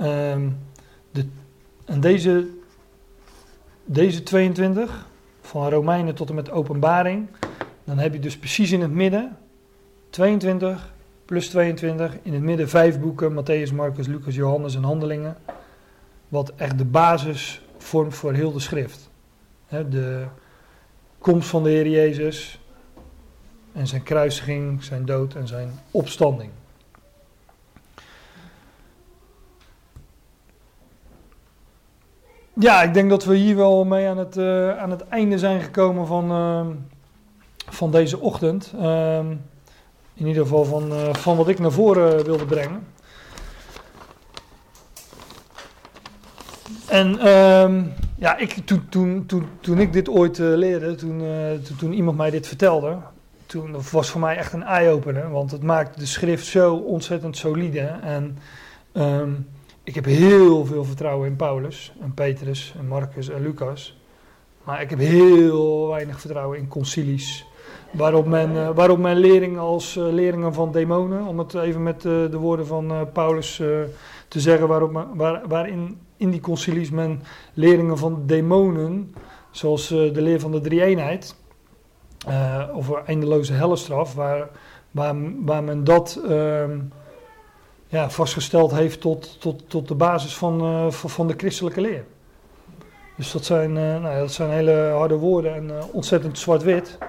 deze 22 van Romeinen tot en met Openbaring, dan heb je dus precies in het midden 22 plus 22, in het midden 5 boeken, Mattheüs, Marcus, Lucas, Johannes en Handelingen, wat echt de basis vormt voor heel de schrift. De komst van de Heer Jezus en zijn kruisiging, zijn dood en zijn opstanding. Ja, ik denk dat we hier wel mee aan het einde zijn gekomen van deze ochtend. In ieder geval van wat ik naar voren wilde brengen. En toen ik dit ooit leerde, toen iemand mij dit vertelde, toen was voor mij echt een eye-opener. Want het maakt de schrift zo ontzettend solide. En ik heb heel veel vertrouwen in Paulus en Petrus en Marcus en Lucas. Maar ik heb heel weinig vertrouwen in concilies. Waarop men leringen als leringen van demonen, om het even met de woorden van Paulus te zeggen, waarin in die concilies men leringen van demonen, zoals de leer van de drie-eenheid, of eindeloze hellestraf, waar men dat vastgesteld heeft tot de basis van de christelijke leer. Dus dat zijn hele harde woorden en ontzettend zwart-wit.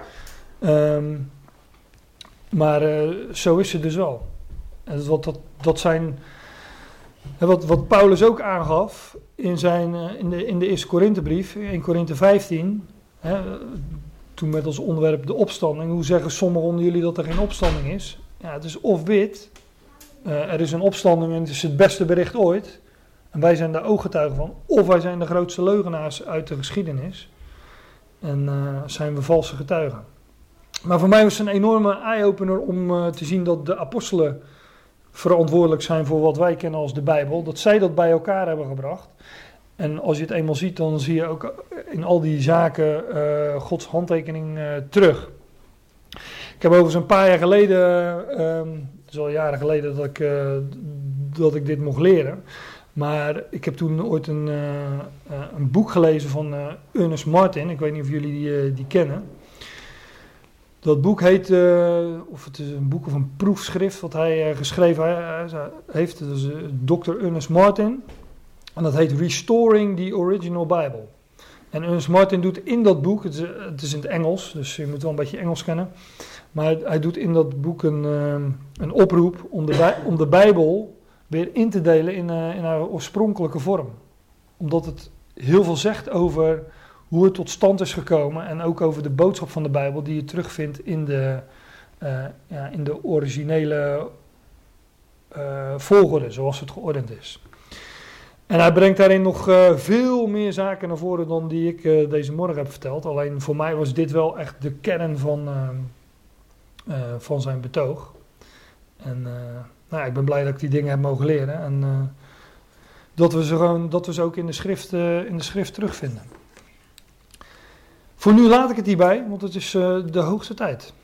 Maar zo is het dus wel. En dat zijn wat Paulus ook aangaf in de eerste Korinthebrief, 1 Korinthe 15, toen met als onderwerp de opstanding. Hoe zeggen sommigen onder jullie dat er geen opstanding is? Ja, het is of wit, er is een opstanding en het is het beste bericht ooit. En wij zijn daar ooggetuigen van. Of wij zijn de grootste leugenaars uit de geschiedenis. En zijn we valse getuigen. Maar voor mij was het een enorme eye-opener om te zien dat de apostelen verantwoordelijk zijn voor wat wij kennen als de Bijbel. Dat zij dat bij elkaar hebben gebracht. En als je het eenmaal ziet, dan zie je ook in al die zaken Gods handtekening terug. Ik heb overigens een paar jaar geleden, het is al jaren geleden dat ik dit mocht leren. Maar ik heb toen ooit een boek gelezen van Ernest Martin. Ik weet niet of jullie die kennen. Dat boek heet, of het is een boek of een proefschrift wat hij geschreven heeft. Dat is Dr. Ernest Martin. En dat heet Restoring the Original Bible. En Ernest Martin doet in dat boek, het is in het Engels, dus je moet wel een beetje Engels kennen. Maar hij doet in dat boek een oproep om de Bijbel weer in te delen in haar oorspronkelijke vorm. Omdat het heel veel zegt over hoe het tot stand is gekomen en ook over de boodschap van de Bijbel die je terugvindt in de originele volgorde, zoals het geordend is. En hij brengt daarin nog veel meer zaken naar voren dan die ik deze morgen heb verteld. Alleen voor mij was dit wel echt de kern van zijn betoog. En ik ben blij dat ik die dingen heb mogen leren. En dat we ze ook in de schrift terugvinden. Voor nu laat ik het hierbij, want het is de hoogste tijd.